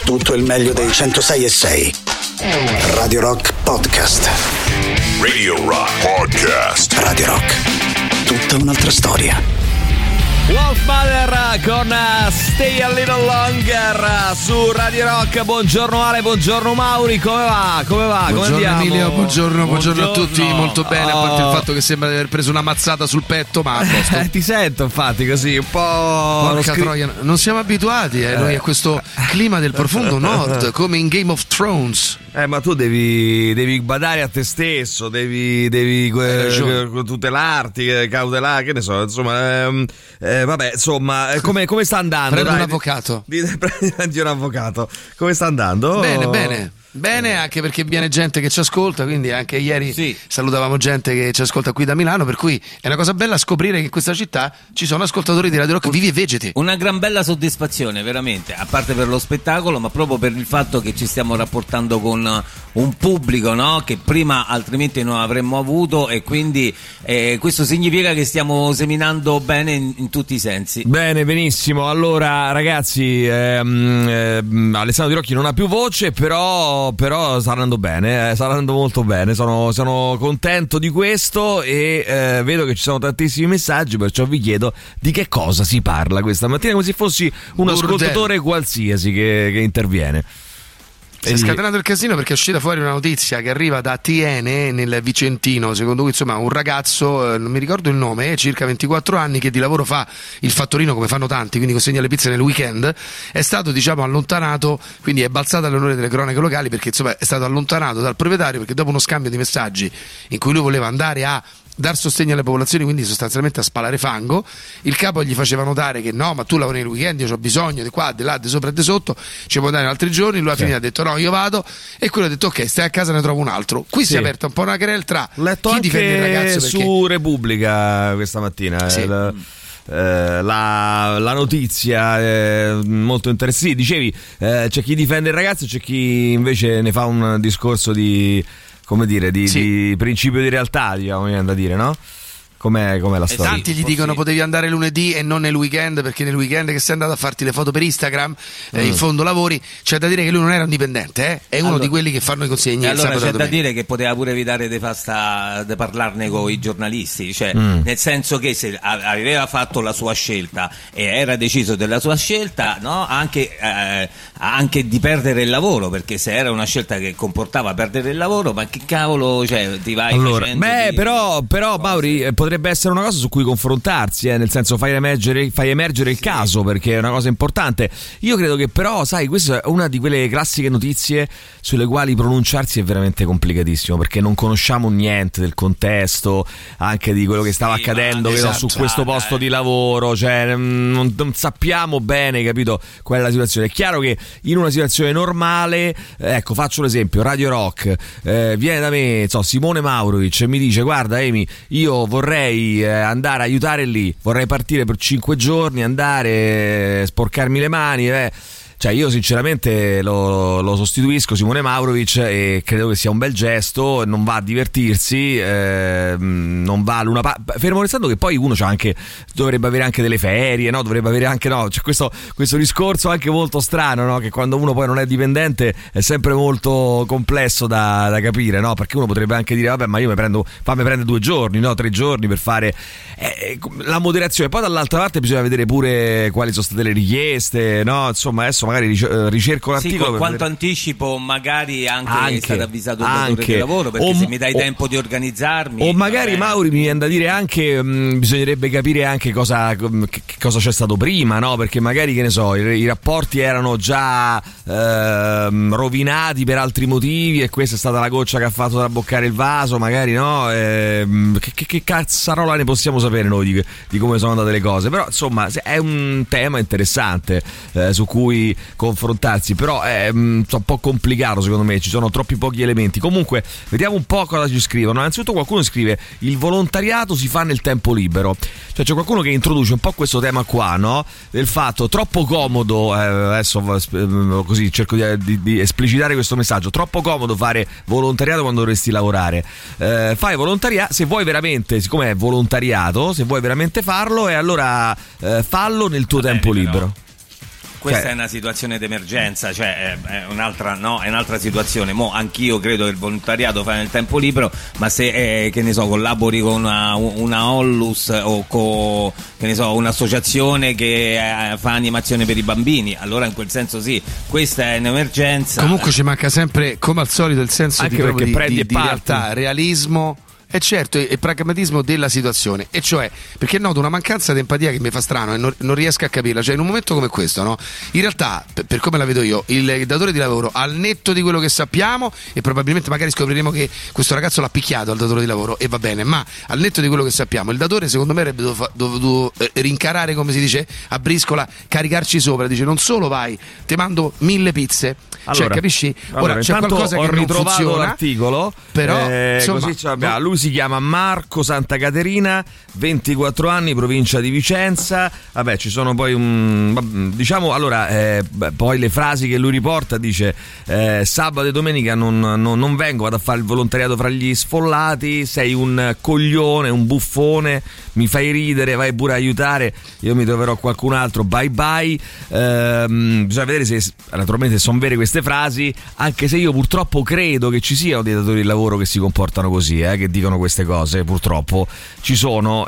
tutto il meglio dei 106.6. Radio Rock Podcast. Radio Rock Podcast. Radio Rock, tutta un'altra storia. Wolfmother con Stay a Little Longer su Radio Rock. Buongiorno Ale, buongiorno Mauri, come va? Buongiorno come andiamo? Emilio, buongiorno a tutti, molto bene, a parte il fatto che sembra di aver preso una mazzata sul petto, ma a posto. Ti sento infatti così un po'. Porca troia, non siamo abituati noi a questo clima del profondo nord, come in Game of Thrones. Ma tu devi badare a te stesso, devi tutelarti, cautelare, che ne so, insomma, vabbè, insomma, come sta andando? Prendi un avvocato. Prendi un avvocato. Come sta andando? Bene, anche perché viene gente che ci ascolta, quindi anche ieri salutavamo gente che ci ascolta qui da Milano, per cui è una cosa bella scoprire che in questa città ci sono ascoltatori di Radio Rock vivi e vegeti. Una gran bella soddisfazione, veramente, a parte per lo spettacolo, ma proprio per il fatto che ci stiamo rapportando con un pubblico, no? Che prima altrimenti non avremmo avuto, e quindi questo significa che stiamo seminando bene in tutti i sensi. Bene, benissimo. Allora ragazzi, Alessandro Di Rocchi non ha più voce, però sta andando bene, sta andando molto bene, sono contento di questo, e vedo che ci sono tantissimi messaggi, perciò vi chiedo di che cosa si parla questa mattina, come se fossi un ascoltatore qualsiasi che interviene. Si è scatenato il casino perché è uscita fuori una notizia che arriva da Tiene nel Vicentino, secondo cui insomma un ragazzo, non mi ricordo il nome, circa 24 anni, che di lavoro fa il fattorino come fanno tanti, quindi consegna le pizze nel weekend, è stato allontanato, quindi è balzata all'onore delle cronache locali perché insomma è stato allontanato dal proprietario perché dopo uno scambio di messaggi in cui lui voleva andare a dar sostegno alle popolazioni, quindi sostanzialmente a spalare fango, il capo gli faceva notare che no, ma tu lavori nel weekend, io ho bisogno di qua, di là, di sopra e di sotto, ci può dare altri giorni. Lui alla fine ha detto no, io vado, e quello ha detto ok, stai a casa, ne trovo un altro. Qui si è aperta un po' una querel tra chi difende il ragazzo, perché su Repubblica questa mattina la notizia molto interessante. Sì, dicevi, c'è chi difende il ragazzo, c'è chi invece ne fa un discorso di principio di realtà, diciamo, mi viene da dire, no? Com'è la storia? Tanti gli dicono potevi andare lunedì e non nel weekend, perché nel weekend che sei andato a farti le foto per Instagram, in fondo lavori. C'è da dire che lui non era un dipendente, è uno di quelli che fanno i consegni. Allora c'è da dire che poteva pure evitare di parlarne con i giornalisti, cioè nel senso che se aveva fatto la sua scelta e era deciso della sua scelta, no? Anche di perdere il lavoro, perché se era una scelta che comportava perdere il lavoro, ma che cavolo, cioè ti vai facendo però Mauri, potrebbe essere una cosa su cui confrontarsi, nel senso fai emergere il caso, perché è una cosa importante. Io credo che però, sai, questa è una di quelle classiche notizie sulle quali pronunciarsi è veramente complicatissimo, perché non conosciamo niente del contesto, anche di quello che stava accadendo su questo posto di lavoro, cioè non sappiamo bene, capito, qual è la situazione. È chiaro che in una situazione normale, ecco, faccio l'esempio, Radio Rock, viene da me Simone Maurovic e mi dice guarda Amy, io vorrei andare a aiutare lì, vorrei partire per 5 giorni, andare, sporcarmi le mani, Cioè io sinceramente lo sostituisco Simone Maurovic, e credo che sia un bel gesto, non va a divertirsi, non va a Luna Park, fermo restando che poi uno dovrebbe avere anche delle ferie, no? Dovrebbe avere anche, no? C'è questo discorso anche molto strano, no? Che quando uno poi non è dipendente è sempre molto complesso da capire, no? Perché uno potrebbe anche dire vabbè, ma io fammi prendere 2 giorni, no? 3 giorni per fare la moderazione. Poi dall'altra parte bisogna vedere pure quali sono state le richieste, no? Insomma, adesso magari ricerco l'articolo. Con quanto anticipo magari anche è stato avvisato il datore di lavoro, perché se mi dai tempo di organizzarmi. O magari Mauri mi viene da dire anche bisognerebbe capire anche cosa c'è stato prima, no? Perché magari, che ne so, i rapporti erano già rovinati per altri motivi e questa è stata la goccia che ha fatto traboccare il vaso, magari, no? Che cazzarola ne possiamo sapere noi di come sono andate le cose? Però insomma è un tema interessante su cui confrontarsi, però è un po' complicato secondo me, ci sono troppi pochi elementi. Comunque vediamo un po' cosa ci scrivono. Innanzitutto qualcuno scrive: il volontariato si fa nel tempo libero, cioè c'è qualcuno che introduce un po' questo tema qua, no? Del fatto troppo comodo, adesso così cerco di esplicitare questo messaggio, troppo comodo fare volontariato quando dovresti lavorare. Fai volontariato se vuoi veramente, siccome è volontariato, se vuoi veramente farlo, e allora fallo nel tuo tempo libero. questa è una situazione d'emergenza, cioè è un'altra situazione. Mo anch'io credo che il volontariato fa nel tempo libero, ma se che ne so, collabori con una Ollus o con, che ne so, un'associazione che fa animazione per i bambini, allora in quel senso sì, questa è un'emergenza. Comunque ci manca sempre, come al solito, il senso anche di realtà, realismo. E certo, e pragmatismo della situazione, e cioè, perché noto una mancanza di empatia che mi fa strano e non riesco a capirla. Cioè, in un momento come questo, no? In realtà, per come la vedo io, il datore di lavoro, al netto di quello che sappiamo, e probabilmente magari scopriremo che questo ragazzo l'ha picchiato al datore di lavoro, e va bene, ma al netto di quello che sappiamo, il datore secondo me avrebbe dovuto rincarare, come si dice a briscola, caricarci sopra. Dice: non solo vai, ti mando 1000 pizze. Allora, cioè, capisci? Ora c'è qualcosa che non funziona, l'articolo, però così lui si chiama Marco Santa Caterina, 24 anni, provincia di Vicenza. Vabbè, ci sono poi poi le frasi che lui riporta, dice: sabato e domenica non vengo, vado a fare il volontariato fra gli sfollati, sei un coglione, un buffone, mi fai ridere, vai pure a aiutare, io mi troverò qualcun altro, bye bye. Bisogna vedere se naturalmente sono vere queste frasi, anche se io purtroppo credo che ci siano dei datori di lavoro che si comportano così, che dicono queste cose. Purtroppo ci sono,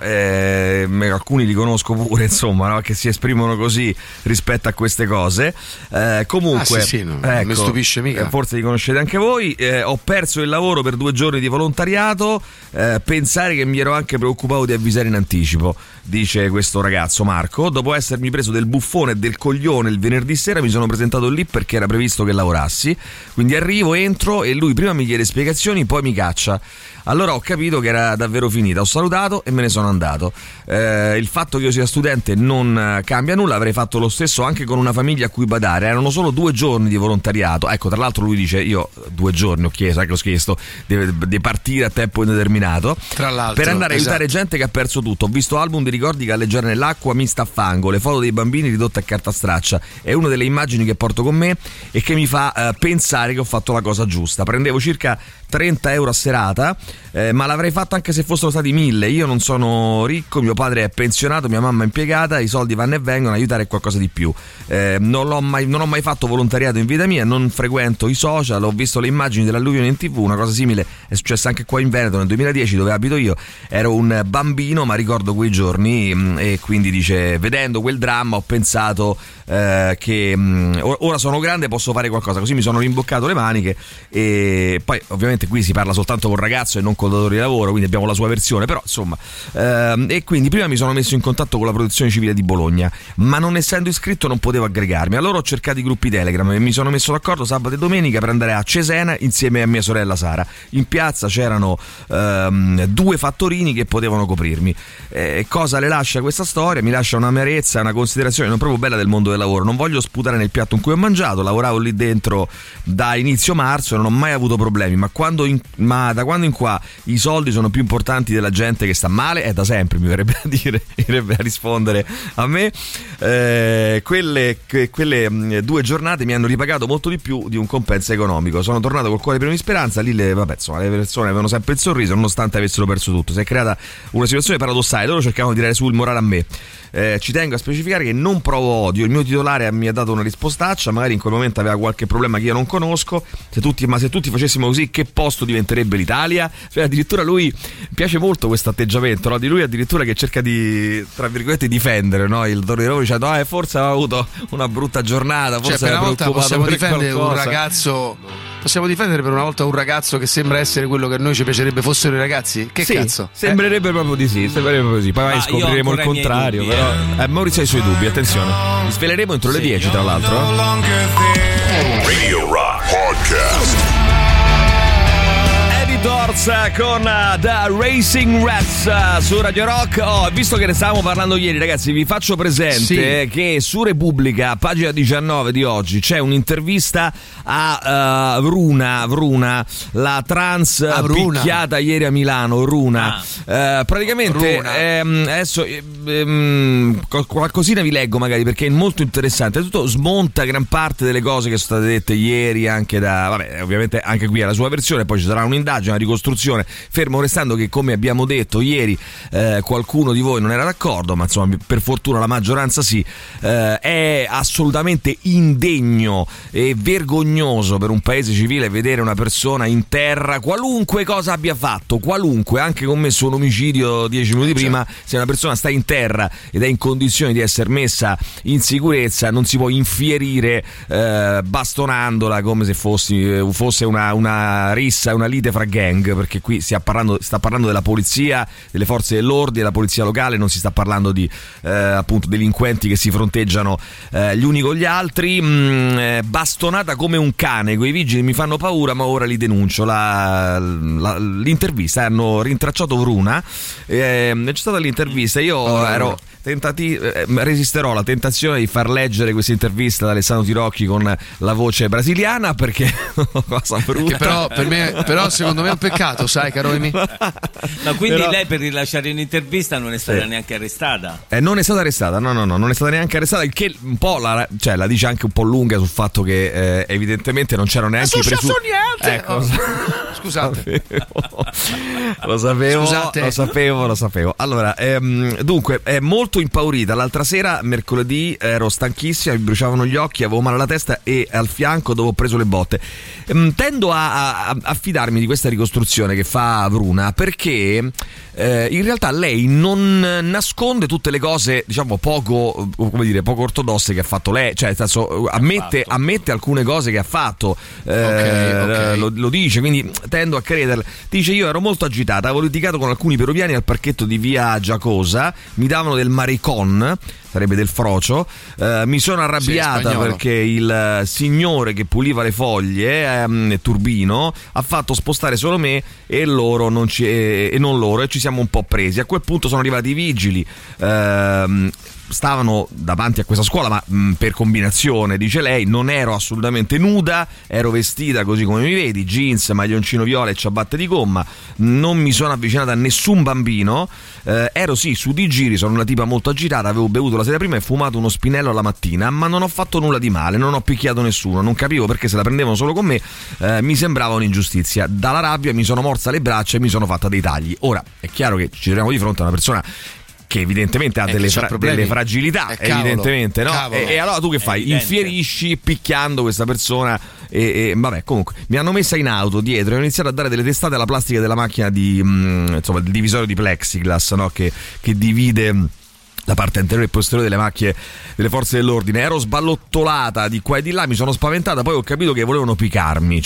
alcuni li conosco pure, insomma, no? Che si esprimono così rispetto a queste cose. Comunque, non mi stupisce mica. Forse li conoscete anche voi. Ho perso il lavoro per 2 giorni di volontariato, pensare che mi ero anche preoccupato di avvisare in anticipo, dice questo ragazzo Marco. Dopo essermi preso del buffone e del coglione il venerdì sera, mi sono presentato lì perché era previsto che lavorassi, quindi arrivo, entro e lui prima mi chiede spiegazioni, poi mi caccia. Allora ho capito che era davvero finita, ho salutato e me ne sono andato. Il fatto che io sia studente non cambia nulla, avrei fatto lo stesso anche con una famiglia a cui badare. Erano solo 2 giorni di volontariato. Ecco, tra l'altro lui dice: io 2 giorni ho chiesto, di partire a tempo indeterminato, tra l'altro, per andare a aiutare gente che ha perso tutto. Ho visto album di ricordi galleggiare nell'acqua mista a fango, le foto dei bambini ridotte a carta straccia. È una delle immagini che porto con me e che mi fa pensare che ho fatto la cosa giusta. Prendevo circa 30 euro a serata, ma l'avrei fatto anche se fossero stati 1000. Io non sono ricco, mio padre è pensionato, mia mamma è impiegata, i soldi vanno e vengono, aiutare è qualcosa di più. Non ho mai fatto volontariato in vita mia, non frequento i social, ho visto le immagini dell'alluvione in TV, una cosa simile è successa anche qua in Veneto nel 2010 dove abito io. Ero un bambino ma ricordo quei giorni, e quindi dice: vedendo quel dramma ho pensato che ora sono grande, posso fare qualcosa, così mi sono rimboccato le maniche. E poi ovviamente qui si parla soltanto col ragazzo e non col datore di lavoro, quindi abbiamo la sua versione, però insomma, e quindi prima mi sono messo in contatto con la protezione civile di Bologna, ma non essendo iscritto non potevo aggregarmi. Allora ho cercato i gruppi Telegram e mi sono messo d'accordo sabato e domenica per andare a Cesena insieme a mia sorella Sara. In piazza c'erano 2 fattorini che potevano coprirmi. Cosa le lascia questa storia? Mi lascia un'amarezza, una considerazione non proprio bella del mondo del lavoro. Non voglio sputare nel piatto in cui ho mangiato, lavoravo lì dentro da inizio marzo e non ho mai avuto problemi, ma da quando in qua i soldi sono più importanti della gente che sta male, è da sempre, mi verrebbe a dire, mi verrebbe a rispondere a me. Quelle 2 giornate mi hanno ripagato molto di più di un compenso economico. Sono tornato col cuore pieno di speranza. Lì le persone avevano sempre il sorriso nonostante avessero perso tutto. Si è creata una situazione paradossale, loro cercavano di tirare su il morale a me. Ci tengo a specificare che non provo odio, il mio titolare mi ha dato una rispostaccia, magari in quel momento aveva qualche problema che io non conosco. Se tutti facessimo così, che posto diventerebbe l'Italia? Cioè, addirittura lui piace molto questo atteggiamento, no? Di lui addirittura che cerca di, tra virgolette, difendere, no? Il datore di lavoro dicendo: forse aveva avuto una brutta giornata, forse per era una volta preoccupato possiamo per difendere qualcosa. un ragazzo. Possiamo difendere per una volta un ragazzo che sembra essere quello che a noi ci piacerebbe fossero i ragazzi? Che sì, cazzo? Sembrerebbe proprio di sì, Poi mai scopriremo il contrario. Dubbi, però Maurizio ha i suoi dubbi, attenzione. Li sveleremo entro le 10, tra l'altro. Radio Rock Podcast. Editors con The Racing Rats su Radio Rock. Visto che ne stavamo parlando ieri, ragazzi, vi faccio presente che su Repubblica, pagina 19 di oggi, c'è un'intervista a Vruna, la trans picchiata ieri a Milano. Praticamente adesso qualcosina vi leggo magari perché è molto interessante. Tutto smonta gran parte delle cose che sono state dette ieri anche ovviamente anche qui alla sua versione. Poi ci sarà un'indagine, bellissima ricostruzione, fermo restando che, come abbiamo detto ieri, qualcuno di voi non era d'accordo, ma insomma per fortuna la maggioranza sì. È assolutamente indegno e vergognoso per un paese civile vedere una persona in terra, qualunque cosa abbia fatto, qualunque, anche commesso un omicidio 10 minuti prima, se una persona sta in terra ed è in condizioni di essere messa in sicurezza, non si può infierire bastonandola come se fosse una rissa, una lite fra gang, perché qui sta parlando della polizia, delle forze dell'ordine, della polizia locale, non si sta parlando di appunto delinquenti che si fronteggiano gli uni con gli altri. Bastonata come un cane, quei vigili mi fanno paura, ma ora li denuncio. L'intervista, hanno rintracciato Vruna, c'è stata l'intervista, io ero resisterò alla tentazione di far leggere questa intervista da Alessandro Tirocchi con la voce brasiliana, perché cosa brutta. Però per me, secondo me è un peccato, sai, caro Emi. Ma quindi lei, per rilasciare un'intervista, non è stata neanche arrestata? Non è stata arrestata, no, non è stata neanche arrestata, il che un po' la dice anche un po' lunga sul fatto che evidentemente non c'erano neanche i presupposti. Ecco. Scusate. Lo sapevo. Allora, dunque, è molto impaurita. L'altra sera, mercoledì, ero stanchissima, mi bruciavano gli occhi, avevo male alla testa e al fianco dove ho preso le botte. Tendo a fidarmi di questa ricostruzione che fa Vruna, perché in realtà lei non nasconde tutte le cose, diciamo, poco ortodosse che ha fatto lei, cioè nel senso, ammette alcune cose che ha fatto, okay. Lo dice, quindi tendo a crederla. Dice: io ero molto agitata, avevo litigato con alcuni peruviani al parchetto di via Giacosa, mi davano del maricon, sarebbe del frocio, mi sono arrabbiata perché il signore che puliva le foglie, Turbino, ha fatto spostare solo me e loro non loro, e ci siamo un po' presi. A quel punto sono arrivati i vigili, stavano davanti a questa scuola, ma per combinazione, dice lei, non ero assolutamente nuda, ero vestita così come mi vedi, jeans, maglioncino viola e ciabatte di gomma, non mi sono avvicinata a nessun bambino, ero sì su di giri, sono una tipa molto agitata, avevo bevuto la sera prima e fumato uno spinello alla mattina, ma non ho fatto nulla di male, non ho picchiato nessuno, non capivo perché se la prendevano solo con me, mi sembrava un'ingiustizia. Dalla rabbia mi sono morsa le braccia e mi sono fatta dei tagli. Ora è chiaro che ci troviamo di fronte a una persona che evidentemente ha delle fragilità, evidentemente, no? E allora tu che fai? Evidente. Infierisci picchiando questa persona e vabbè, comunque mi hanno messa in auto dietro e ho iniziato a dare delle testate alla plastica della macchina insomma, il divisorio di plexiglass, no? Che divide la parte anteriore e posteriore delle macchie delle forze dell'ordine. Ero sballottolata di qua e di là, mi sono spaventata, poi ho capito che volevano picchiarmi.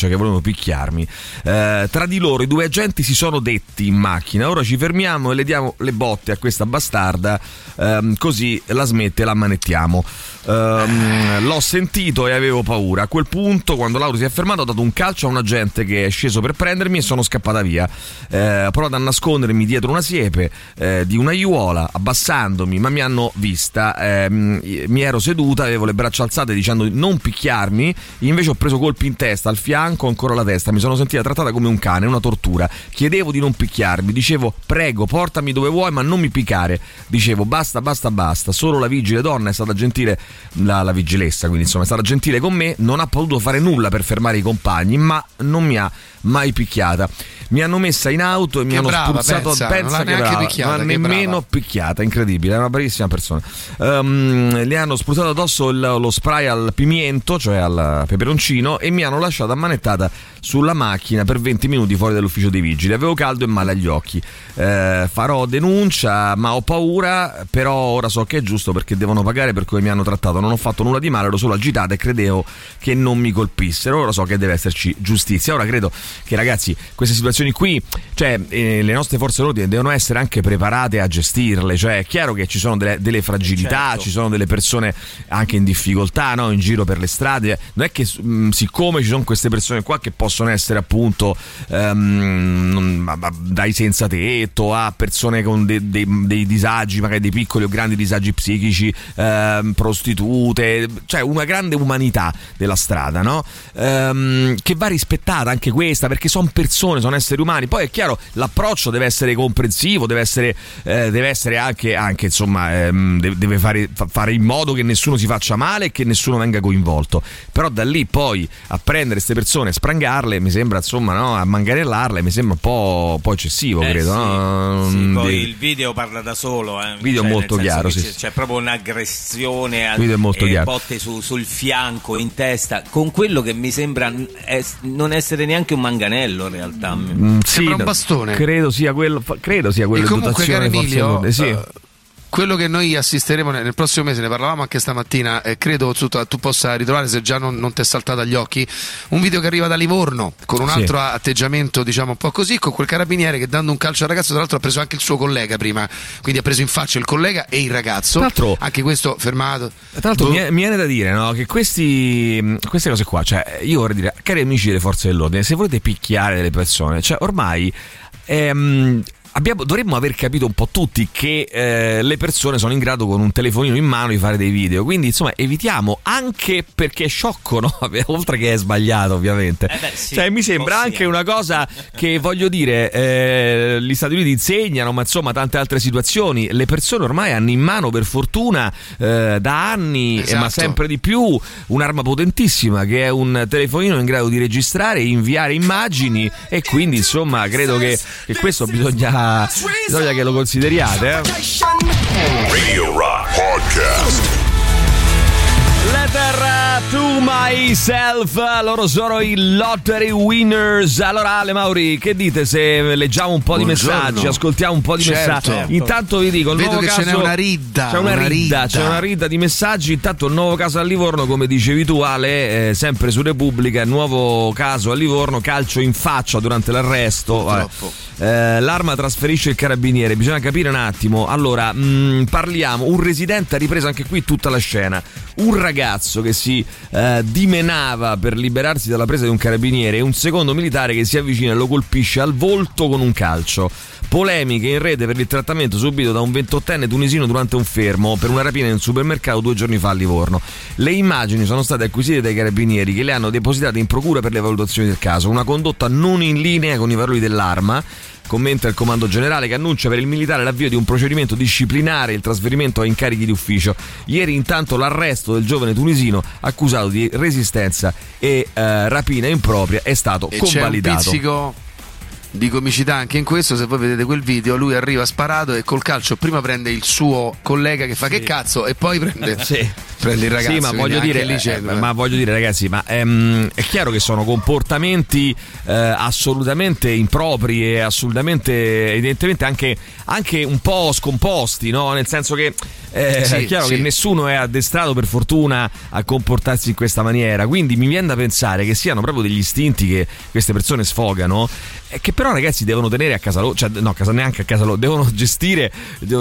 Tra di loro i due agenti si sono detti in macchina: ora ci fermiamo e le diamo le botte a questa bastarda, così la smette e la ammanettiamo. L'ho sentito e avevo paura. A quel punto, quando l'auto si è fermata, ho dato un calcio a un agente che è sceso per prendermi e sono scappata via. Ho provato a nascondermi dietro una siepe di una aiuola, abbassandomi, ma mi hanno vista. Mi ero seduta, avevo le braccia alzate dicendo di non picchiarmi, invece ho preso colpi in testa, al fianco, ancora la testa. Mi sono sentita trattata come un cane, una tortura. Chiedevo di non picchiarmi, dicevo: prego, portami dove vuoi, ma non mi piccare. Dicevo: basta. Solo la vigile donna è stata gentile, la vigilessa, quindi insomma è stata gentile con me, non ha potuto fare nulla per fermare i compagni, ma non mi ha mai picchiata. Mi hanno messa in auto e mi hanno spuzzato, pensa che brava, non ha nemmeno picchiata, incredibile, è una bravissima persona. Le hanno spruzzato addosso lo spray al pimiento, cioè al peperoncino, e mi hanno lasciato ammanettata sulla macchina per 20 minuti fuori dall'ufficio dei vigili. Avevo caldo e male agli occhi. Farò denuncia, ma ho paura, però ora so che è giusto perché devono pagare per come mi hanno trattato. Non ho fatto nulla di male, ero solo agitata e credevo che non mi colpissero. Ora so che deve esserci giustizia. Ora credo che, ragazzi, queste situazioni qui, cioè le nostre forze dell'ordine devono essere anche preparate a gestirle. Cioè è chiaro che ci sono delle fragilità, certo. Ci sono delle persone anche in difficoltà, no? In giro per le strade. Non è che siccome ci sono queste persone qua che possono essere appunto dai senza tetto a persone con dei disagi, magari dei piccoli o grandi disagi psichici, prostitute, cioè una grande umanità della strada, no? Che va rispettata anche questa, perché sono persone, sono esseri umani. Poi è chiaro, l'approccio deve essere comprensivo, deve essere anche insomma insomma deve fare in modo che nessuno si faccia male e che nessuno venga coinvolto, però da lì poi a prendere queste persone e sprangarle mi sembra, insomma, no, a manganellarle mi sembra un po' eccessivo, credo, sì. no? Sì, poi il video parla da solo, il video è molto chiaro, c'è proprio un'aggressione, botte sul fianco, in testa, con quello che mi sembra non essere neanche un manganello in realtà. Sembra un bastone. Credo sia quello e comunque, caro Emilio, sì. Quello che noi assisteremo nel prossimo mese, ne parlavamo anche stamattina, credo tu possa ritrovare, se già non ti è saltato agli occhi, un video che arriva da Livorno con un altro atteggiamento, diciamo un po' così, con quel carabiniere che dando un calcio al ragazzo, tra l'altro ha preso anche il suo collega prima, quindi ha preso in faccia il collega e il ragazzo, anche questo fermato. Tra l'altro mi viene da dire, no, che queste cose qua, cioè io vorrei dire, cari amici delle forze dell'ordine, se volete picchiare delle persone, cioè ormai dovremmo aver capito un po' tutti che le persone sono in grado con un telefonino in mano di fare dei video, quindi insomma evitiamo, anche perché è sciocco, no? Oltre che è sbagliato ovviamente, sì, cioè mi sembra anche una cosa che, voglio dire, gli Stati Uniti insegnano, ma insomma tante altre situazioni, le persone ormai hanno in mano, per fortuna, da anni, ma sempre di più, un'arma potentissima che è un telefonino in grado di registrare e inviare immagini, e quindi insomma credo che questo bisogna che lo consideriate. Radio Rock Podcast. Letter to myself, loro sono i Lottery Winners. Allora, Ale, Mauri, che dite se leggiamo un po' di messaggi, ascoltiamo un po' di messaggi? Intanto vi dico, vedo che ce n'è una ridda. C'è una ridda di messaggi. Intanto il nuovo caso a Livorno, come dicevi tu, Ale, sempre su Repubblica, nuovo caso a Livorno, calcio in faccia durante l'arresto. L'arma trasferisce il carabiniere, bisogna capire un attimo. Allora, parliamo, un residente ha ripreso anche qui tutta la scena, un ragazzo che si dimenava per liberarsi dalla presa di un carabiniere e un secondo militare che si avvicina e lo colpisce al volto con un calcio. Polemiche in rete per il trattamento subito da un 28enne tunisino durante un fermo per una rapina in un supermercato 2 giorni fa a Livorno. Le immagini sono state acquisite dai carabinieri, che le hanno depositate in procura per le valutazioni del caso. Una condotta non in linea con i valori dell'arma, commenta il comando generale, che annuncia per il militare l'avvio di un procedimento disciplinare e il trasferimento a incarichi di ufficio. Ieri intanto l'arresto del giovane tunisino accusato di resistenza e rapina impropria è stato convalidato. C'è un pizzico di comicità anche in questo, se voi vedete quel video, lui arriva sparato e col calcio prima prende il suo collega che fa che cazzo e poi prende il ragazzo. Sì, ma voglio dire, ragazzi, ma è chiaro che sono comportamenti assolutamente impropri e assolutamente, evidentemente anche un po' scomposti, no? Nel senso che è chiaro che nessuno è addestrato, per fortuna, a comportarsi in questa maniera, quindi mi viene da pensare che siano proprio degli istinti che queste persone sfogano, che però, ragazzi, devono tenere a casa loro, cioè neanche a casa loro, devono gestire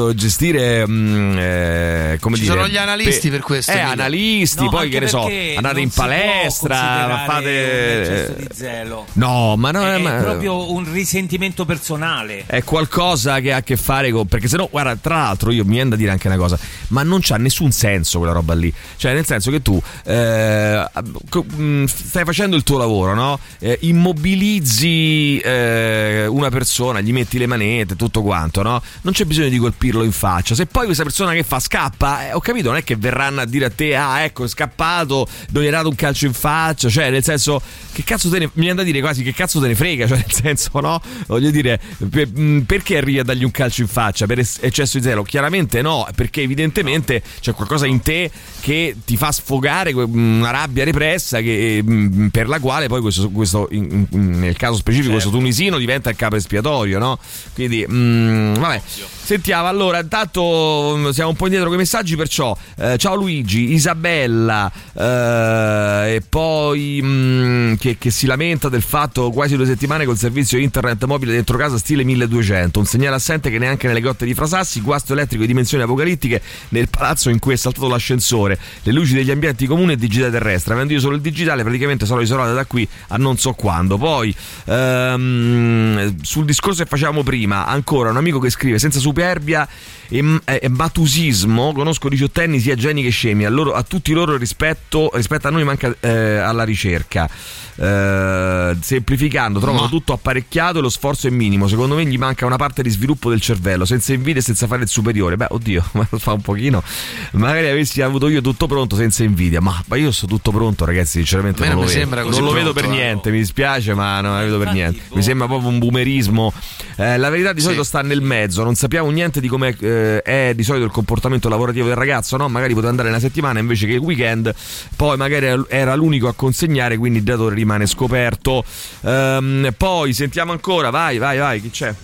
come ci sono gli analisti per questo, analisti, no, poi che ne so, andate in palestra, fate un gesto di zelo. No, ma no, è proprio un risentimento personale, è qualcosa che ha a che fare con, perché sennò, guarda, tra l'altro io mi viene da dire anche una cosa, ma non c'ha nessun senso quella roba lì, cioè nel senso che tu stai facendo il tuo lavoro, no? Immobilizzi una persona, gli metti le manette, tutto quanto, no? Non c'è bisogno di colpirlo in faccia. Se poi questa persona che fa scappa, ho capito, non è che verranno a dire a te, ecco, è scappato, non gli hai dato un calcio in faccia, cioè nel senso, che cazzo mi viene da dire quasi, che cazzo te ne frega, cioè nel senso, no? Voglio dire, perché arrivi a dargli un calcio in faccia? Per eccesso di zelo? Chiaramente no, perché evidentemente c'è qualcosa in te che ti fa sfogare una rabbia repressa per la quale poi questo nel caso specifico, questo tunisino diventa il capo espiatorio, no? Quindi vabbè, sentiamo. Allora, intanto siamo un po' indietro con i messaggi, perciò ciao Luigi, Isabella, e poi che si lamenta del fatto quasi 2 settimane col servizio internet mobile dentro casa stile 1200, un segnale assente che neanche nelle grotte di Frasassi, guasto elettrico di dimensioni apocalittiche nel palazzo in cui è saltato l'ascensore, le luci degli ambienti comuni e digitale terrestre, avendo io solo il digitale praticamente sarò isolata da qui a non so quando. Poi sul discorso che facevamo prima, ancora un amico che scrive: senza superbia e matusismo conosco 18enni sia geni che scemi, a tutti loro rispetto a noi manca alla ricerca. semplificando, trovano tutto apparecchiato e lo sforzo è minimo. Secondo me gli manca una parte di sviluppo del cervello, senza invidia e senza fare il superiore. Beh, oddio, ma lo fa un pochino. Magari avessi avuto io tutto pronto senza invidia, ma io sto tutto pronto, ragazzi, sinceramente non lo vedo. Non lo vedo per niente, mi dispiace, ma non la vedo per niente. Mi sembra proprio un boomerismo. La verità di solito sta nel mezzo, non sappiamo niente di come è di solito il comportamento lavorativo del ragazzo, no? Magari poteva andare una settimana invece che il weekend, poi magari era l'unico a consegnare, quindi il datore rimane scoperto. Poi sentiamo ancora, vai, chi c'è?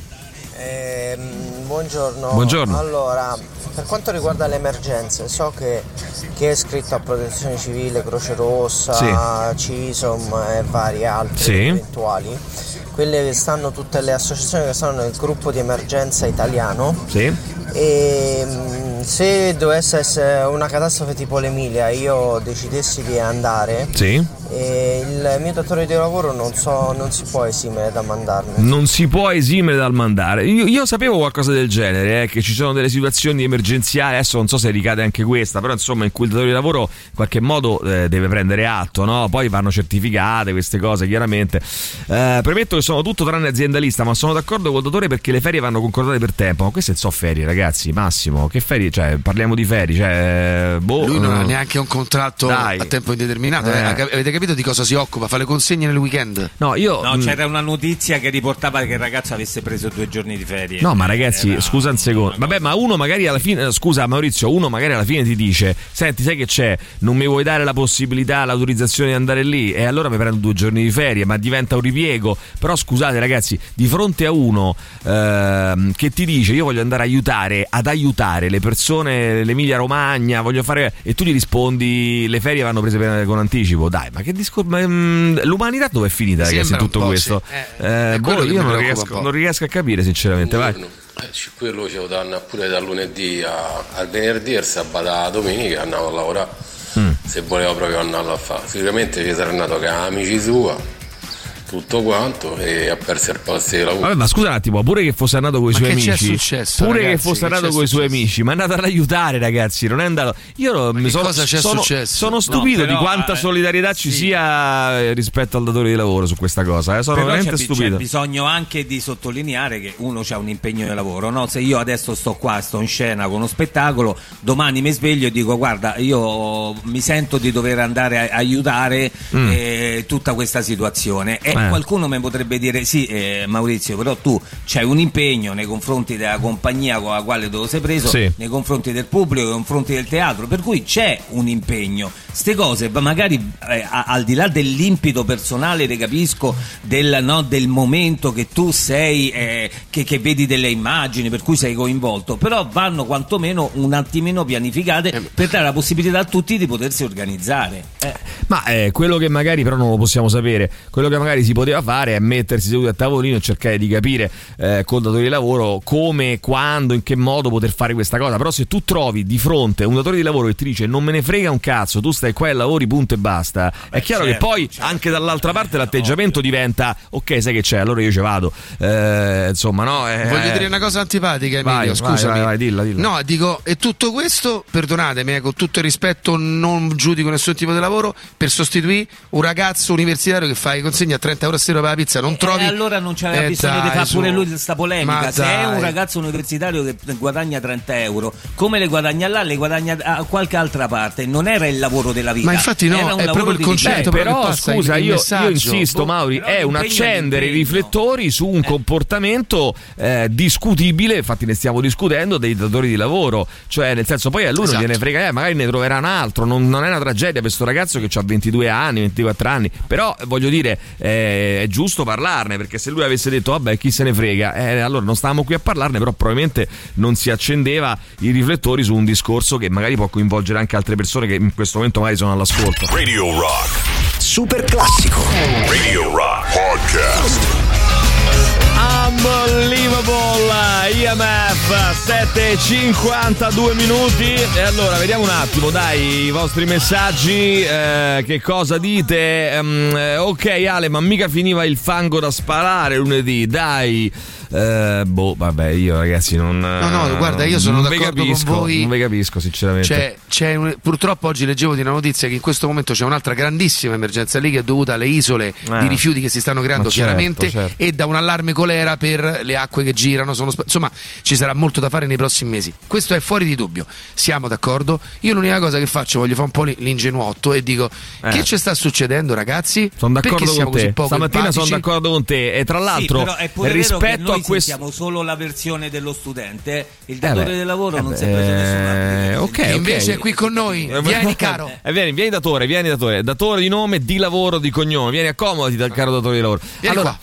Buongiorno. Allora, per quanto riguarda le emergenze, so che chi è iscritto a Protezione Civile, Croce Rossa, CISOM e vari altri eventuali, quelle che stanno, tutte le associazioni che stanno nel gruppo di emergenza italiano, e se dovesse essere una catastrofe tipo l'Emilia, io decidessi di andare, il mio datore di lavoro non si può esimere da mandarmi. Non si può esimere dal mandare. Io sapevo qualcosa del genere, che ci sono delle situazioni emergenziali, adesso non so se ricade anche questa, però insomma in cui il datore di lavoro in qualche modo deve prendere atto, no? Poi vanno certificate queste cose, chiaramente. Premetto che sono tutto tranne aziendalista, ma sono d'accordo col datore perché le ferie vanno concordate per tempo. Ma queste sono ferie, ragazzi, Massimo, che ferie? Cioè, parliamo di ferie, cioè, lui non ha neanche un contratto a tempo indeterminato. Avete capito di cosa si occupa? Fa le consegne nel weekend? No, c'era una notizia che riportava che il ragazzo avesse preso 2 giorni di ferie. No, ma ragazzi, scusa un secondo. Vabbè, ma uno magari alla fine, scusa Maurizio, uno magari alla fine ti dice: senti, sai che c'è? Non mi vuoi dare la possibilità, l'autorizzazione di andare lì? E allora mi prendo 2 giorni di ferie, ma diventa un ripiego. Però scusate ragazzi, di fronte a uno che ti dice: io voglio andare ad aiutare le persone, l'Emilia Romagna, voglio fare, e tu gli rispondi: le ferie vanno prese con anticipo. Dai, ma che discorso, l'umanità dove è finita, ragazzi, in tutto questo? Io non riesco a capire, sinceramente. Vai. Quello ce lo danno pure dal lunedì al venerdì e il sabato alla domenica andavo a lavorare, se voleva proprio andare a fare. Sicuramente ci sarà andato che amici sua, tutto quanto, e ha perso il posto di lavoro. Vabbè, ma scusa un attimo, pure che fosse andato con i suoi amici, che fosse andato con i suoi amici, ma è andato ad aiutare, ragazzi, non è andato. Io sono stupito di quanta solidarietà ci sia rispetto al datore di lavoro su questa cosa, sono però veramente stupito. C'è bisogno anche di sottolineare che uno c'ha un impegno di lavoro, no? Se io adesso sto in scena con uno spettacolo, domani mi sveglio e dico: guarda, io mi sento di dover andare a aiutare tutta questa situazione. Qualcuno mi potrebbe dire: sì, Maurizio, però tu c'hai un impegno nei confronti della compagnia con la quale tu sei preso, nei confronti del pubblico, nei confronti del teatro, per cui c'è un impegno. Ste cose magari al di là dell'impeto personale, ne capisco, del momento che tu sei, che vedi delle immagini per cui sei coinvolto, però vanno quantomeno un attimino pianificate per dare la possibilità a tutti di potersi organizzare. Ma quello che magari però non lo possiamo sapere, quello che magari si poteva fare è mettersi seduti a tavolino e cercare di capire col datore di lavoro come, quando, in che modo poter fare questa cosa. Però se tu trovi di fronte un datore di lavoro che ti dice: non me ne frega un cazzo, tu stai qua e lavori, punto e basta, è chiaro che poi anche dall'altra parte l'atteggiamento diventa: ok, sai che c'è, allora io ci vado, insomma, no? Voglio dire una cosa antipatica, Emilio, scusami. Vai, dilla. No, dico, e tutto questo, perdonatemi, con tutto il rispetto, non giudico nessun tipo di lavoro, per sostituire un ragazzo universitario che fa i consegni a 30 euro a sera per la pizza, non trovi? Allora non c'aveva bisogno di fare pure lui questa polemica. Se è un ragazzo universitario che guadagna 30 euro, come le guadagna là, le guadagna a qualche altra parte. Non era il lavoro della vita. Ma infatti no, è proprio il concetto. Però scusa, io insisto, Mauri, è un accendere i riflettori su un comportamento discutibile. Infatti ne stiamo discutendo, dei datori di lavoro, cioè nel senso, poi a lui non gliene frega, magari ne troverà un altro, non è una tragedia per questo ragazzo che ha 22 anni, 24 anni, però voglio dire, è giusto parlarne, perché se lui avesse detto vabbè chi se ne frega, allora non stavamo qui a parlarne, però probabilmente non si accendeva i riflettori su un discorso che magari può coinvolgere anche altre persone che in questo momento magari sono all'ascolto. Radio Rock Super classico. Radio Rock Podcast. Unbelievable, IMF, 7:52 minuti. E allora vediamo un attimo, dai, i vostri messaggi, che cosa dite? Ok Ale, ma mica finiva il fango da sparare lunedì, dai. Vabbè, io ragazzi non guarda, io sono d'accordo con voi. Non vi capisco sinceramente. Purtroppo oggi leggevo di una notizia che in questo momento c'è un'altra grandissima emergenza lì che è dovuta alle isole di rifiuti che si stanno creando chiaramente, e da un allarme colera per le acque che girano, insomma ci sarà molto da fare nei prossimi mesi, questo è fuori di dubbio, siamo d'accordo. Io l'unica cosa che faccio, voglio fare un po' l'ingenuotto e dico che ci sta succedendo, ragazzi? Sono d'accordo perché siamo con te, così poco stamattina empatici? Sono d'accordo con te, e tra l'altro però è pure rispetto vero che noi a questo sentiamo solo la versione dello studente, il datore del lavoro non si è preso nessuna. Ok, invece è qui con noi, vieni caro. Vieni datore di nome, di lavoro, di cognome, vieni, accomodati dal caro datore di lavoro. Vieni allora,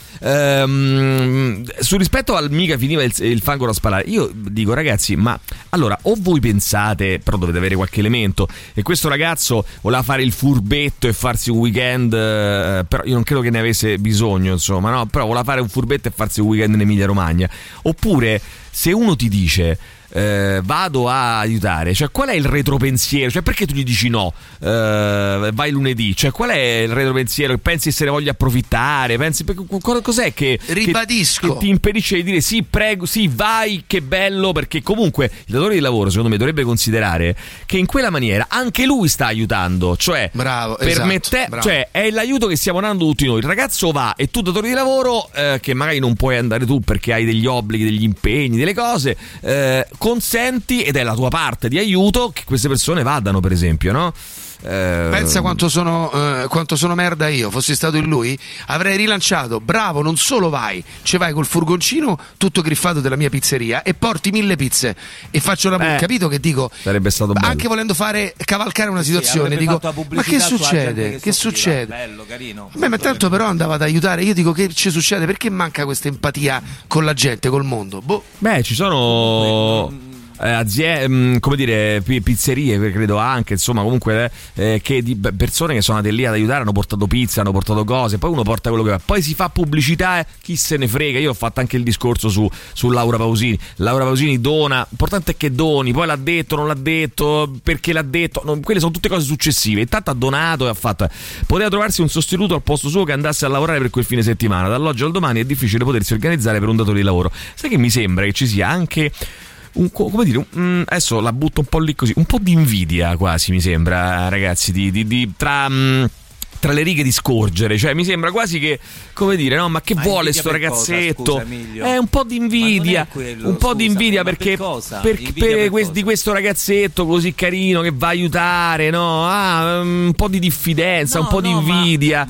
su rispetto al mica finiva il fango da spalare, io dico ragazzi, ma allora o voi pensate, però dovete avere qualche elemento, e questo ragazzo voleva fare il furbetto e farsi un weekend, però io non credo che ne avesse bisogno, insomma, no, però voleva fare un furbetto e farsi un weekend in Emilia Romagna. Oppure se uno ti dice vado a aiutare, cioè qual è il retropensiero, cioè perché tu gli dici no, vai lunedì, cioè qual è il retropensiero? Pensi se ne voglia approfittare, pensi, cos'è che ribadisco che ti impedisce di dire sì, prego, sì, vai, che bello, perché comunque il datore di lavoro secondo me dovrebbe considerare che in quella maniera anche lui sta aiutando, cioè bravo. Cioè è l'aiuto che stiamo dando tutti noi. Il ragazzo va e tu datore di lavoro che magari non puoi andare tu perché hai degli obblighi, degli impegni, delle cose, consenti, ed è la tua parte di aiuto, che queste persone vadano, per esempio, no? Pensa quanto sono merda io. Fossi stato in lui, avrei rilanciato. Bravo, non solo vai, ci vai col furgoncino tutto griffato della mia pizzeria e porti 1000 pizze e faccio la capito che dico? Sarebbe stato bello. Anche volendo cavalcare una situazione, dico ma che succede? Che succede? Bello, carino. Ma tanto però andava ad aiutare. Io dico che ci succede? Perché manca questa empatia con la gente, col mondo? Ci sono aziende, come dire, pizzerie, credo anche, insomma, comunque che di persone che sono andate lì ad aiutare, hanno portato pizza, hanno portato cose, poi uno porta quello che va, poi si fa pubblicità, chi se ne frega. Io ho fatto anche il discorso su Laura Pausini dona, l'importante è che doni, poi l'ha detto, non l'ha detto, perché l'ha detto, quelle sono tutte cose successive. Intanto ha donato e ha fatto, poteva trovarsi un sostituto al posto suo che andasse a lavorare per quel fine settimana. Dall'oggi al domani è difficile potersi organizzare per un datore di lavoro. Sai che mi sembra che ci sia anche adesso la butto un po' lì così, un po' di invidia quasi, mi sembra, ragazzi, tra le righe di scorgere, cioè mi sembra quasi che, come dire, no, ma che vuole sto ragazzetto? È un po' di invidia, perché di questo ragazzetto così carino che va a aiutare, no? Un po' di diffidenza, un po' di invidia.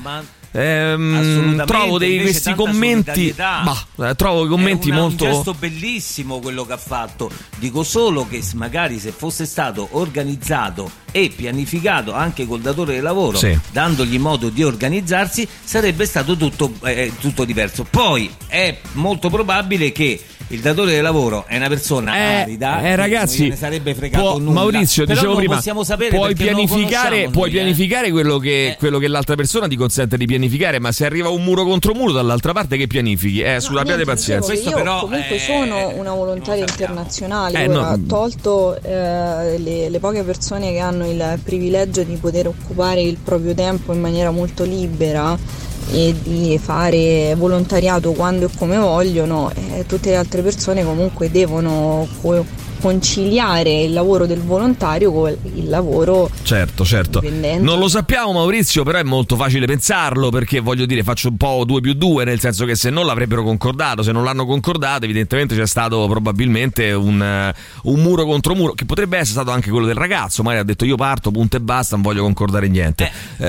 Trovo questi commenti, trovo i commenti molto. È un gesto bellissimo quello che ha fatto. Dico solo che magari se fosse stato organizzato e pianificato anche col datore di lavoro, dandogli modo di organizzarsi, sarebbe stato tutto diverso. Poi è molto probabile che il datore di lavoro è una persona arida, ragazzi, non ne sarebbe fregato nulla. Maurizio, però dicevo prima, puoi pianificare quello che l'altra persona ti consente di pianificare, ma se arriva un muro contro muro dall'altra parte, che pianifichi? Abbiate pazienza. Io però comunque sono una volontaria internazionale, tolto le poche persone che hanno il privilegio di poter occupare il proprio tempo in maniera molto libera e di fare volontariato quando e come vogliono, tutte le altre persone comunque devono conciliare il lavoro del volontario con il lavoro certo dipendente. Non lo sappiamo, Maurizio, però è molto facile pensarlo, perché voglio dire, faccio un po' 2+2, nel senso che se non l'avrebbero concordato, se non l'hanno concordato, evidentemente c'è stato probabilmente un muro contro muro, che potrebbe essere stato anche quello del ragazzo, magari ha detto io parto, punto e basta, non voglio concordare niente. Per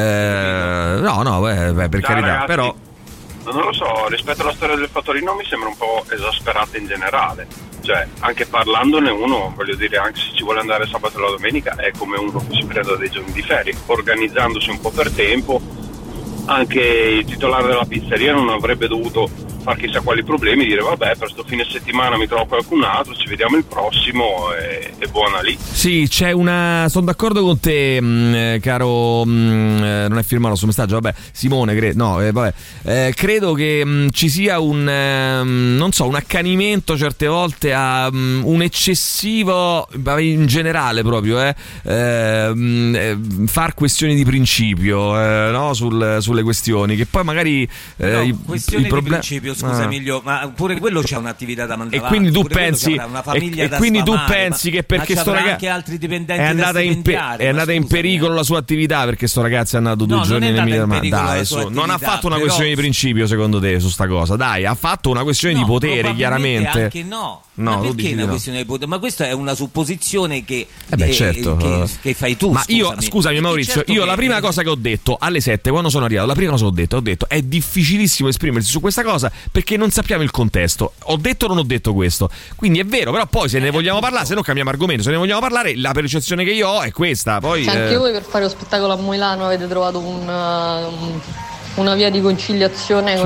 carità, ragazzi, però non lo so, rispetto alla storia del fattorino mi sembra un po' esasperata in generale, cioè anche parlandone uno, voglio dire, anche se ci vuole andare sabato e la domenica è come uno che si prenda dei giorni di ferie, organizzandosi un po' per tempo. Anche il titolare della pizzeria non avrebbe dovuto far chissà quali problemi, dire vabbè, per sto fine settimana mi trovo qualcun altro, ci vediamo il prossimo e buona lì. Sì, sono d'accordo con te, caro, non è firmato sul messaggio, vabbè, Simone, credo che ci sia un accanimento certe volte a un eccessivo, in generale proprio, far questioni di principio, no? Sulle questioni, che poi magari questioni di principio scusa Emilio, ma pure quello c'ha un'attività da mandare. E quindi tu pure pensi una famiglia da quindi sfamare, tu pensi che perché sto ragazzo anche altri dipendenti è andata in pericolo la sua attività, perché sto ragazzo è andato 2 giorni in Emilia Romagna. Dai, non ha fatto una questione di principio secondo te su sta cosa? Dai, ha fatto una questione di potere, chiaramente. Anche no. Ma perché una questione di potere? Ma questa è una supposizione che fai tu. Ma scusami Maurizio, io la prima cosa che ho detto alle 7 quando sono arrivato, la prima cosa che ho detto è difficilissimo esprimersi su questa cosa perché non sappiamo il contesto. Ho detto o non ho detto questo? Quindi è vero, però poi se ne vogliamo parlare, se no cambiamo argomento, se ne vogliamo parlare, la percezione che io ho è questa. Poi anche voi per fare lo spettacolo a Milano avete trovato una via di conciliazione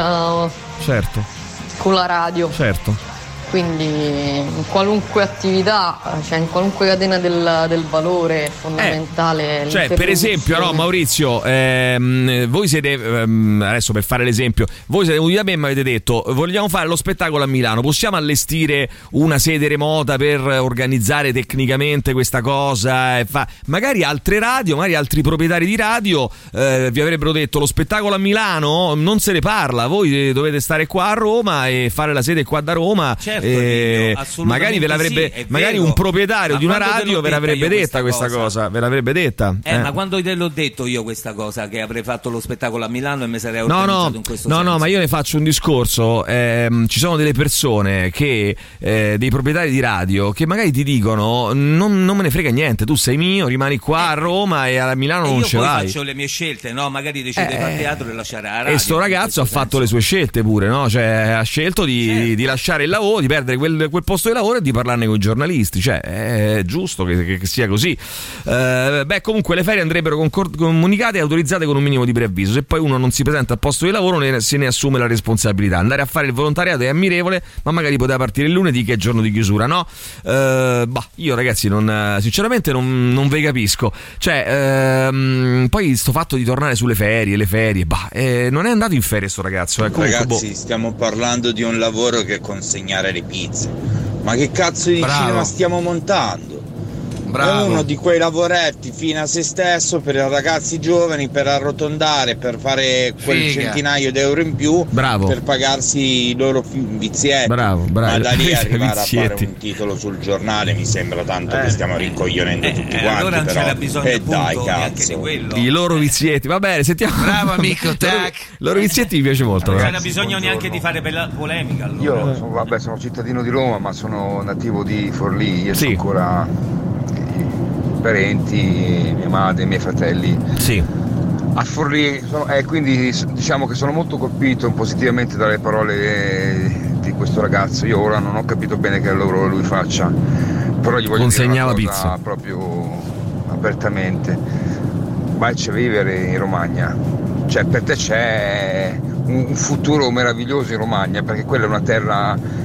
con la radio. Certo. Quindi in qualunque attività, cioè in qualunque catena del valore è fondamentale. Cioè, per esempio, no, Maurizio, voi siete, adesso per fare l'esempio, voi siete venuti da me e mi avete detto vogliamo fare lo spettacolo a Milano, possiamo allestire una sede remota per organizzare tecnicamente questa cosa? Magari altre radio, magari altri proprietari di radio vi avrebbero detto lo spettacolo a Milano non se ne parla, voi dovete stare qua a Roma e fare la sede qua da Roma. Certo, magari ve l'avrebbe, magari un proprietario di una radio ve l'avrebbe detta questa cosa, ve l'avrebbe detta. Ma quando te l'ho detto io questa cosa, che avrei fatto lo spettacolo a Milano e mi sarei organizzato in questo senso. No, ma io ne faccio un discorso. Ci sono delle persone che dei proprietari di radio che magari ti dicono non me ne frega niente, tu sei mio, rimani qua a Roma e a Milano non ce vai. Io faccio le mie scelte, no? Magari decido di fare teatro e lasciare la radio. E sto ragazzo ha fatto le sue scelte pure, no? Cioè ha scelto di lasciare il lavoro, di perdere quel posto di lavoro e di parlarne con i giornalisti. Cioè è giusto che sia così. Comunque le ferie andrebbero comunicate e autorizzate con un minimo di preavviso. Se poi uno non si presenta al posto di lavoro se ne assume la responsabilità. Andare a fare il volontariato è ammirevole, ma magari poteva partire il lunedì che è giorno di chiusura, no? Io ragazzi sinceramente non ve capisco. Cioè poi sto fatto di tornare sulle ferie, non è andato in ferie sto ragazzo. Comunque, ragazzi, stiamo parlando di un lavoro che è consegnare le pizze. Ma che cazzo di cinema stiamo montando? È uno di quei lavoretti fino a se stesso per i ragazzi giovani, per arrotondare, per fare quel centinaio d'euro in più, per pagarsi i loro vizietti. Bravo. Ma da lì arrivare a fare un titolo sul giornale mi sembra tanto che stiamo rincoglionendo tutti quanti. Allora non c'era bisogno dai, cazzo, di quello. I loro vizietti, va bene, sentiamo. Bravo amico, tac. I loro vizietti mi piace molto. Non c'era bisogno neanche di fare polemica. Allora. Io sono cittadino di Roma, ma sono nativo di Forlì, io sono ancora parenti, mia madre, i miei fratelli a Forlì, quindi diciamo che sono molto colpito positivamente dalle parole di questo ragazzo. Io ora non ho capito bene che lavoro lui faccia, però gli voglio consegnava dire una cosa pizza proprio apertamente: vai a vivere in Romagna, cioè per te c'è un futuro meraviglioso in Romagna, perché quella è una terra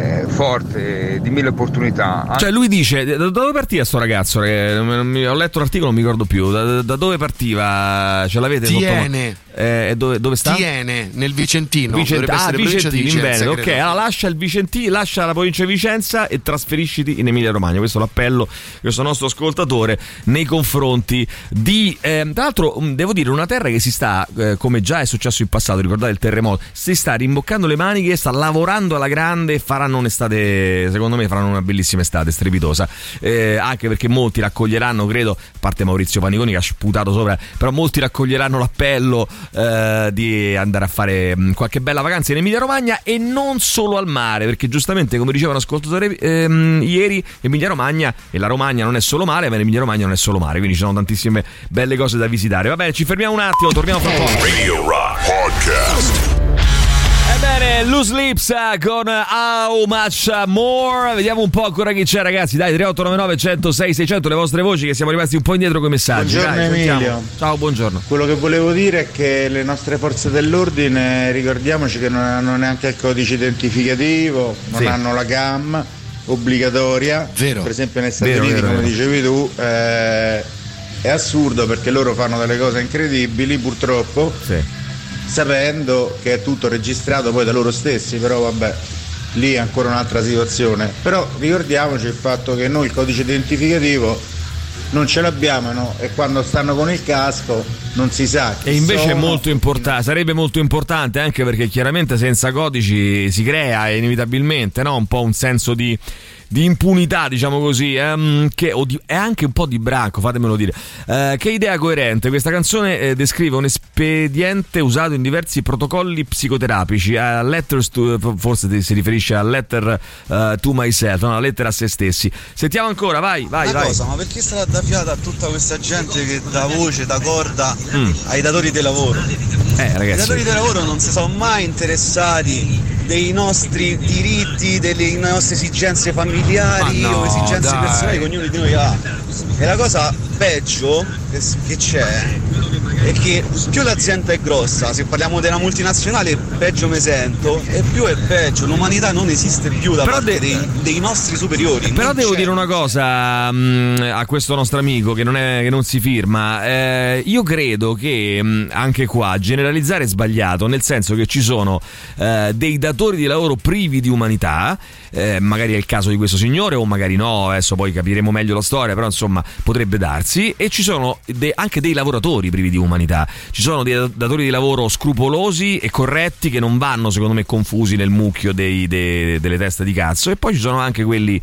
forte, di mille opportunità. Cioè lui dice, da dove partiva sto ragazzo? Ho letto l'articolo, non mi ricordo più. Da dove partiva? Ce l'avete? Tiene. Dove sta? Tiene, nel Vicentino. Vicentino in Veneto. Ok, allora lascia il Vicentino, lascia la provincia di Vicenza e trasferisciti in Emilia Romagna. Questo è l'appello di questo nostro ascoltatore nei confronti di tra l'altro devo dire una terra che si sta, come già è successo in passato, ricordate il terremoto, si sta rimboccando le maniche, sta lavorando alla grande, faranno un'estate, secondo me faranno una bellissima estate, strepitosa, anche perché molti raccoglieranno, credo, a parte Maurizio Paniconi che ha sputato sopra, però molti raccoglieranno l'appello di andare a fare qualche bella vacanza in Emilia Romagna, e non solo al mare, perché giustamente, come diceva un ascoltatore ieri, Emilia Romagna e la Romagna non è solo mare, ma l'Emilia Romagna non è solo mare, quindi ci sono tantissime belle cose da visitare. Va bene, ci fermiamo un attimo, torniamo fra poco. Radio Rock Podcast. Ebbene, Loose Lips con How Much More. Vediamo un po' ancora chi c'è, ragazzi. Dai, 3899 106 600, le vostre voci, che siamo rimasti un po' indietro con i messaggi. Buongiorno. Dai, Emilio. sentiamo. Ciao, buongiorno. Quello che volevo dire è che le nostre forze dell'ordine, ricordiamoci che non hanno neanche il codice identificativo, non hanno la GAM obbligatoria. Vero. Per esempio negli Stati Uniti, come dicevi tu, è assurdo, perché loro fanno delle cose incredibili, purtroppo. Sapendo che è tutto registrato poi da loro stessi, però vabbè, lì è ancora un'altra situazione. Però ricordiamoci il fatto che noi il codice identificativo non ce l'abbiamo, no? E quando stanno con il casco non si sa. E invece è molto importante, sarebbe molto importante, anche perché chiaramente senza codici si crea inevitabilmente, no? Un po' un senso di impunità, diciamo così, che è anche un po' di branco, fatemelo dire. Che idea coerente, questa canzone descrive un espediente usato in diversi protocolli psicoterapici, letters to, forse si riferisce a letter to myself, no? La lettera a se stessi. Sentiamo ancora, vai. Cosa, ma perché sarà da fiata a tutta questa gente che dà voce, dà corda ai datori di lavoro? Ragazzi, i datori di lavoro non si sono mai interessati dei nostri diritti, delle nostre esigenze familiari o esigenze personali che ognuno di noi ha. E la cosa peggio che c'è è che più l'azienda è grossa, se parliamo della multinazionale peggio me sento, e più è peggio, l'umanità non esiste più da parte dei nostri superiori. Però devo dire una cosa a questo nostro amico che non si firma, io credo che anche qua generalizzare è sbagliato, nel senso che ci sono dei datori di lavoro privi di umanità, magari è il caso di questo signore o magari no, adesso poi capiremo meglio la storia, però insomma potrebbe darsi, e ci sono anche dei lavoratori privi di umanità. Ci sono dei datori di lavoro scrupolosi e corretti che non vanno, secondo me, confusi nel mucchio delle teste di cazzo, e poi ci sono anche quelli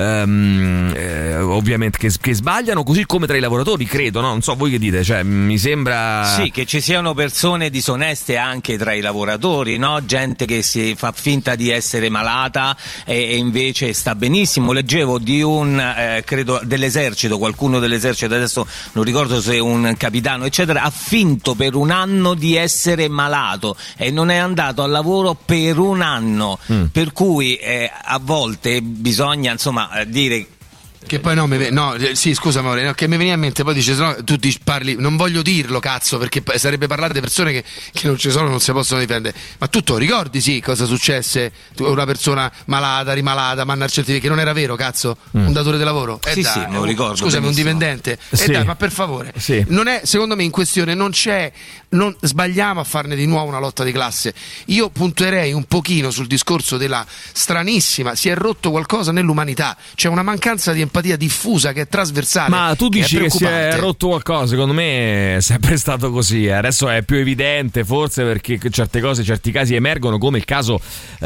ovviamente che sbagliano, così come tra i lavoratori, credo, no? Non so voi che dite, cioè mi sembra sì che ci siano persone disoneste anche tra i lavoratori, no? Gente che si fa finta di essere malata e invece sta benissimo. Leggevo di credo dell'esercito, qualcuno dell'esercito, adesso non ricordo se un capitano eccetera, ha finto per un anno di essere malato e non è andato al lavoro per un anno, per cui a volte bisogna insomma dire che poi sì, scusa Maure, che mi veniva in mente, poi dice no, tu ti parli, non voglio dirlo cazzo, perché sarebbe parlare di persone che non ci sono, non si possono difendere, ma tu lo ricordi sì cosa successe? Una persona malata, rimalata, manna al certificato, che non era vero cazzo? Un datore di lavoro? Sì, me lo ricordo. Scusami, un dipendente? Sì. Dai, ma per favore, sì. Non è, secondo me in questione non sbagliamo a farne di nuovo una lotta di classe. Io punterei un pochino sul discorso della stranissima, si è rotto qualcosa nell'umanità, c'è una mancanza di empatia diffusa che è trasversale. Ma tu dici che si è rotto qualcosa? Secondo me è sempre stato così. Adesso è più evidente, forse perché certe cose, certi casi emergono, come il caso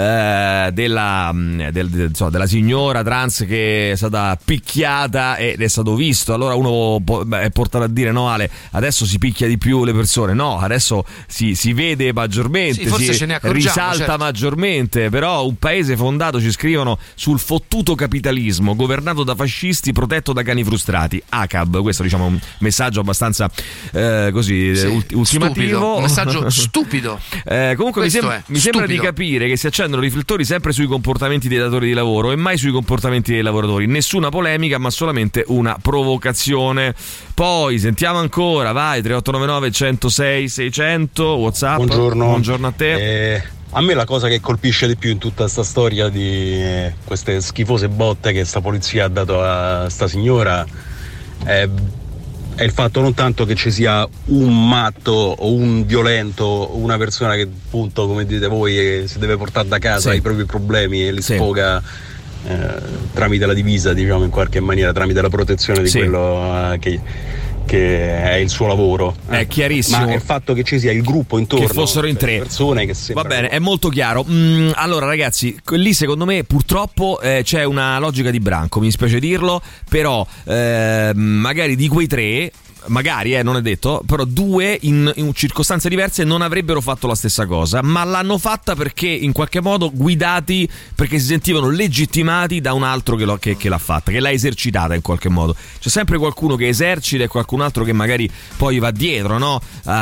della signora trans che è stata picchiata ed è stato visto. Allora uno è portato a dire no Ale, adesso si picchia di più le persone. No, adesso si vede maggiormente, sì, si risalta certo. Maggiormente. Però un paese fondato, ci scrivono, sul fottuto capitalismo, governato da fascisti, protetto da cani frustrati. ACAB, questo diciamo un messaggio abbastanza così ultimativo, stupido. Un messaggio stupido. Comunque mi sembra di capire che si accendono riflettori sempre sui comportamenti dei datori di lavoro e mai sui comportamenti dei lavoratori. Nessuna polemica, ma solamente una provocazione. Poi sentiamo ancora, vai, 3899 106 600 WhatsApp. Buongiorno a te. A me la cosa che colpisce di più in tutta sta storia di queste schifose botte che sta polizia ha dato a sta signora è il fatto non tanto che ci sia un matto o un violento, una persona che appunto, come dite voi, si deve portare da casa i propri problemi e li sfoga tramite la divisa, diciamo, in qualche maniera, tramite la protezione di quello che è il suo lavoro. È chiarissimo. Ma il fatto che ci sia il gruppo intorno, che fossero in tre persone che va bene, è molto chiaro. Allora ragazzi, lì secondo me purtroppo c'è una logica di branco, mi dispiace dirlo, però magari di quei tre, magari non è detto, però due in circostanze diverse non avrebbero fatto la stessa cosa, ma l'hanno fatta perché in qualche modo guidati, perché si sentivano legittimati da un altro che l'ha fatta, che l'ha esercitata in qualche modo. C'è sempre qualcuno che esercita e qualcun altro che magari poi va dietro, no?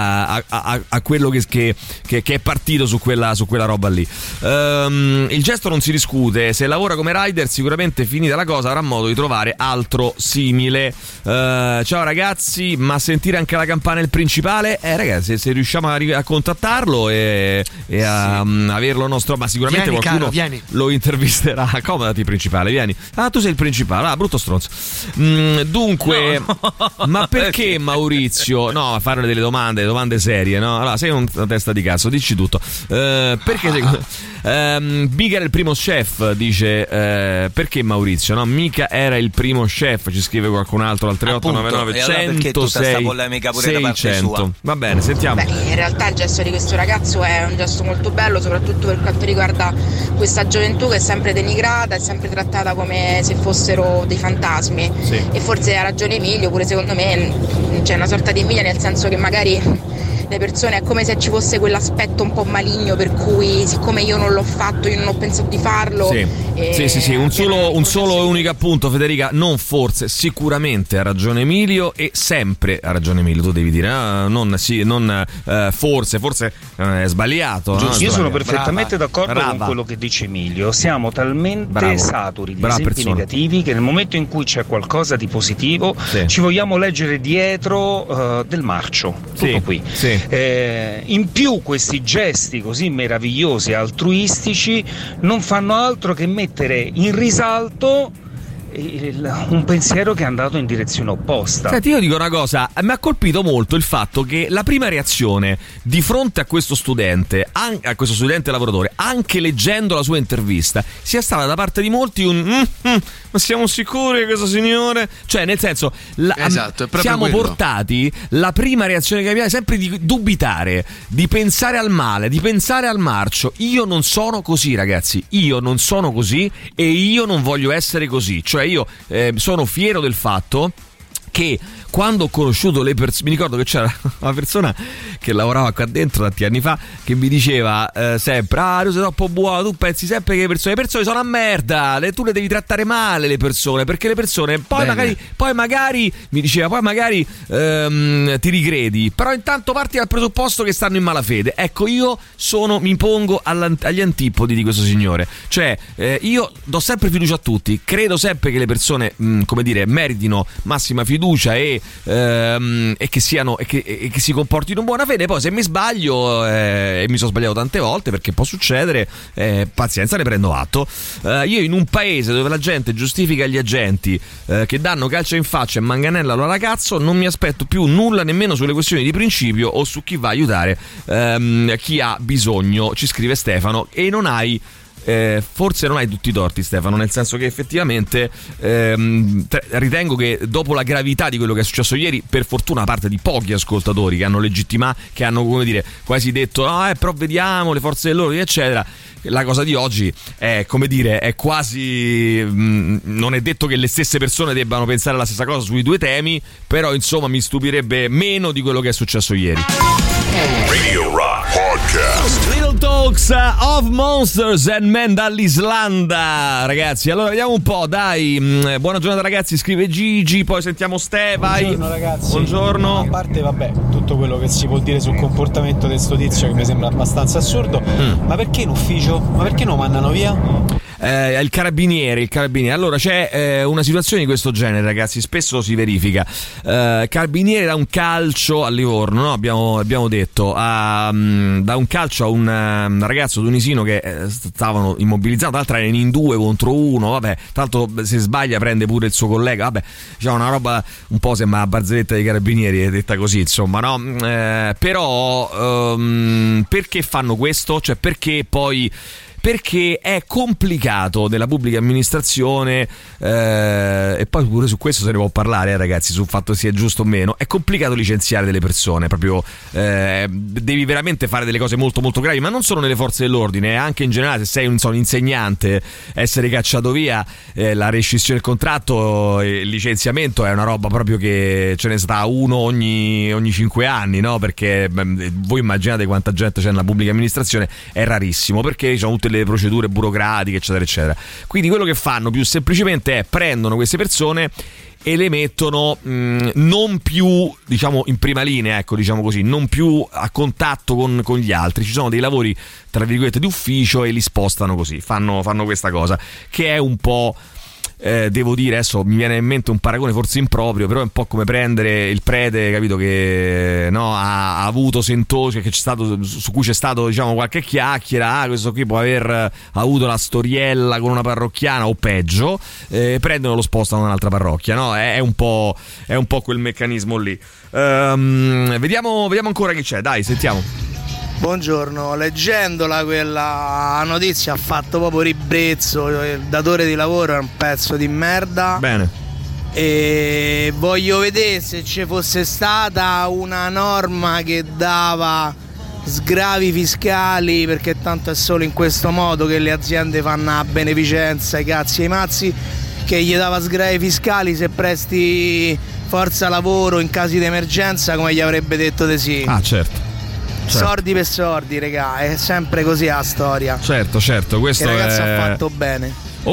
a quello che è partito su quella roba lì. Il gesto non si discute, se lavora come rider sicuramente finita la cosa avrà modo di trovare altro simile. Ciao ragazzi, sì, ma sentire anche la campana è il principale. Ragazzi, se riusciamo a contattarlo e a averlo nostro, ma sicuramente vieni, qualcuno vieni. lo intervisterà. Accomodati, principale, vieni. Tu sei il principale, brutto stronzo. Dunque, no. Ma perché Maurizio? No, fare delle domande serie, no? Allora, sei una testa di cazzo, dici tutto. Perché mica era il primo chef, dice. Perché Maurizio? No, mica era il primo chef, ci scrive qualcun altro al 3899 106 polemica pure da parte 600. sua? Va bene, sentiamo. In realtà il gesto di questo ragazzo è un gesto molto bello, soprattutto per quanto riguarda questa gioventù che è sempre denigrata, è sempre trattata come se fossero dei fantasmi. Sì. E forse ha ragione Emilio, pure secondo me c'è una sorta di invidia, nel senso che magari le persone è come se ci fosse quell'aspetto un po' maligno per cui siccome io non l'ho fatto, io non ho pensato di farlo. Sì, un solo e unico appunto, Federica, non forse, sicuramente ha ragione Emilio e sempre ha ragione Emilio, tu devi dire forse è sbagliato. No? Io sono perfettamente d'accordo con quello che dice Emilio, siamo talmente saturi di esempi negativi che nel momento in cui c'è qualcosa di positivo ci vogliamo leggere dietro del marcio, tutto qui. In più questi gesti così meravigliosi, altruistici, non fanno altro che mettere in risalto un pensiero che è andato in direzione opposta. Senti, io dico una cosa, mi ha colpito molto il fatto che la prima reazione di fronte a questo studente lavoratore, anche leggendo la sua intervista, sia stata da parte di molti ma siamo sicuri che questo signore, cioè nel senso siamo portati, la prima reazione che abbiamo è sempre di dubitare, di pensare al male, di pensare al marcio. Io non sono così, ragazzi, io non sono così e io non voglio essere così. Cioè io sono fiero del fatto che quando ho conosciuto le persone, mi ricordo che c'era una persona che lavorava qua dentro tanti anni fa che mi diceva sempre: tu sei troppo buono, tu pensi sempre che le persone sono a merda, tu le devi trattare male le persone, perché le persone poi magari mi diceva ti ricredi, però intanto parti dal presupposto che stanno in malafede. Ecco, io mi pongo agli antipodi di questo signore, cioè io do sempre fiducia a tutti, credo sempre che le persone meritino massima fiducia e che si comportino in buona fede. Poi se mi sbaglio e mi sono sbagliato tante volte, perché può succedere, pazienza, ne prendo atto. Io in un paese dove la gente giustifica gli agenti che danno calcio in faccia e manganellano alla cazzo, non mi aspetto più nulla nemmeno sulle questioni di principio o su chi va a aiutare chi ha bisogno, ci scrive Stefano. E non hai forse non hai tutti i torti, Stefano, nel senso che effettivamente ritengo che dopo la gravità di quello che è successo ieri, per fortuna da parte di pochi ascoltatori che hanno che hanno quasi detto però vediamo le forze dell'ordine eccetera, la cosa di oggi è è quasi non è detto che le stesse persone debbano pensare la stessa cosa sui due temi, però insomma mi stupirebbe meno di quello che è successo ieri. Radio Rock Podcast. Little Talks of Monsters and Men dall'Islanda, ragazzi. Allora vediamo un po', dai. Buona giornata, ragazzi, scrive Gigi. Poi sentiamo Ste, vai. Buongiorno, ragazzi. Buongiorno. A parte tutto quello che si può dire sul comportamento di sto tizio, che mi sembra abbastanza assurdo, ma perché in ufficio? Ma perché non mandano via? Il carabiniere. Allora c'è una situazione di questo genere, ragazzi, spesso si verifica. Carabiniere da un calcio a Livorno, no? Abbiamo detto da un calcio a un ragazzo tunisino che stavano immobilizzando, tra l'altro erano in 2 contro 1, vabbè, tanto se sbaglia prende pure il suo collega, vabbè, diciamo una roba un po' sembra la barzelletta dei carabinieri, è detta così, insomma, no? Però perché fanno questo? Cioè perché è complicato nella pubblica amministrazione, e poi pure su questo se ne può parlare, ragazzi, sul fatto sia giusto o meno. È complicato licenziare delle persone, proprio devi veramente fare delle cose molto molto gravi, ma non solo nelle forze dell'ordine, anche in generale. Se sei un insegnante, essere cacciato via, la rescissione del contratto, il licenziamento è una roba proprio che ce ne sta uno ogni 5 anni, no? Perché voi immaginate quanta gente c'è nella pubblica amministrazione, è rarissimo, perché ci sono tutte le procedure burocratiche eccetera eccetera. Quindi quello che fanno più semplicemente è prendono queste persone e le mettono non più, diciamo, in prima linea, ecco, diciamo così, non più a contatto con gli altri. Ci sono dei lavori tra virgolette di ufficio e li spostano così, fanno questa cosa che è un po' devo dire, adesso mi viene in mente un paragone forse improprio, però è un po' come prendere il prete, capito, che ha avuto Sentose, che c'è stato, su cui c'è stato, diciamo, qualche chiacchiera, questo qui può aver avuto la storiella con una parrocchiana o peggio, prendono, lo spostano da un'altra parrocchia, no? È un po' quel meccanismo lì. Vediamo ancora chi c'è, dai, sentiamo. Buongiorno, leggendola quella notizia ha fatto proprio ribrezzo, il datore di lavoro è un pezzo di merda. Bene. E voglio vedere se ci fosse stata una norma che dava sgravi fiscali, perché tanto è solo in questo modo che le aziende fanno a beneficenza, i cazzi e i mazzi, che gli dava sgravi fiscali se presti forza lavoro in casi di emergenza, come gli avrebbe detto di sì. Ah, certo. Sordi per sordi, regà, è sempre così la storia. Certo, questo il ragazzo ha fatto bene.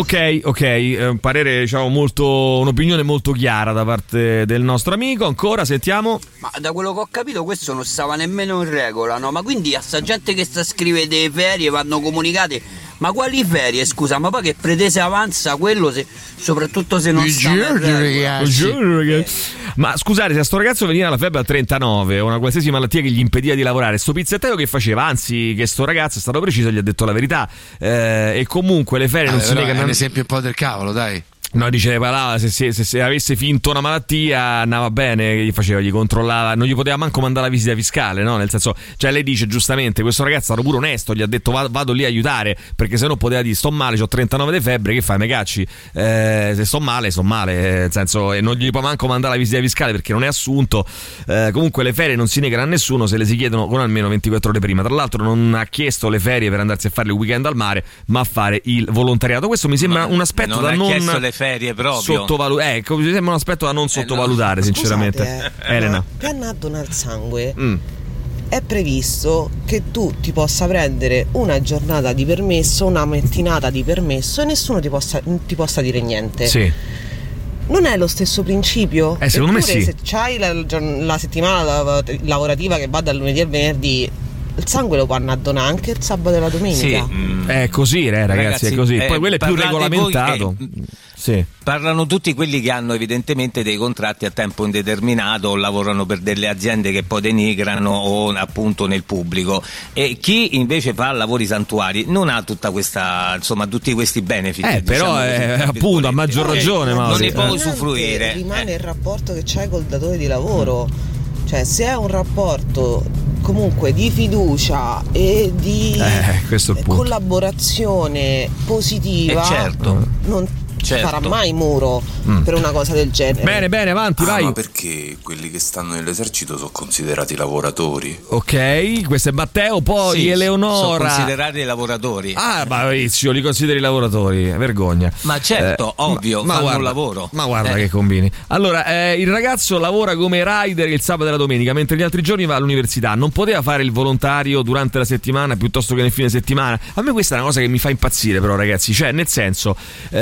Ok, parere, diciamo, un'opinione molto chiara da parte del nostro amico. Ancora, sentiamo. Ma da quello che ho capito questo non stava nemmeno in regola, no? Ma quindi a sta gente che sta scrive delle ferie vanno comunicate. Ma quali ferie, scusa? Ma poi che pretese avanza quello, soprattutto se non sta in regola? Ma scusate, se a sto ragazzo veniva la febbre a 39 o una qualsiasi malattia che gli impediva di lavorare, sto pizzettaio che faceva? Anzi, che sto ragazzo è stato preciso, gli ha detto la verità, e comunque le ferie non si negano. È un esempio un po' del cavolo, dai. No, diceva, se avesse finto una malattia andava bene, gli controllava, non gli poteva manco mandare la visita fiscale, no? Nel senso, cioè lei dice giustamente, questo ragazzo è stato pure onesto, gli ha detto vado lì a aiutare, perché se no poteva dire sto male, ho 39 di febbre, che fai, me cacci? Se sto male, nel senso, e non gli può manco mandare la visita fiscale perché non è assunto. Comunque le ferie non si negano a nessuno se le si chiedono con almeno 24 ore prima. Tra l'altro non ha chiesto le ferie per andarsi a fare il weekend al mare, ma a fare il volontariato. Questo mi sembra un aspetto da non ferie proprio ecco, mi sembra un aspetto da non sottovalutare, no. Sinceramente. Scusate, Elena, per a donare il sangue è previsto che tu ti possa prendere una giornata di permesso, una mattinata di permesso, e nessuno ti possa dire niente. Sì. Non è lo stesso principio? Secondo me sì. Se c'hai la settimana lavorativa che va dal lunedì al venerdì, il sangue lo vanno a donare anche il sabato e la domenica. Sì. È così, ragazzi, è così. Poi quello è più regolamentato. Sì. Parlano tutti quelli che hanno evidentemente dei contratti a tempo indeterminato o lavorano per delle aziende che poi denigrano o appunto nel pubblico, e chi invece fa lavori santuari non ha tutta questa, insomma, tutti questi benefit, però appunto a maggior ragione non ne può usufruire. Rimane il rapporto che c'hai col datore di lavoro, cioè se è un rapporto comunque di fiducia e di collaborazione positiva, certo. Non farà mai muro per una cosa del genere. Bene, avanti, vai. Ma perché quelli che stanno nell'esercito sono considerati lavoratori? Ok, questo è Matteo, poi Eleonora. Sono considerati lavoratori. Ah, Maurizio, li consideri lavoratori? Vergogna. Ma certo, ovvio, fanno un lavoro. Ma guarda che combini. Allora, il ragazzo lavora come rider il sabato e la domenica, mentre gli altri giorni va all'università. Non poteva fare il volontario durante la settimana piuttosto che nel fine settimana? A me questa è una cosa che mi fa impazzire, però, ragazzi. Cioè, nel senso,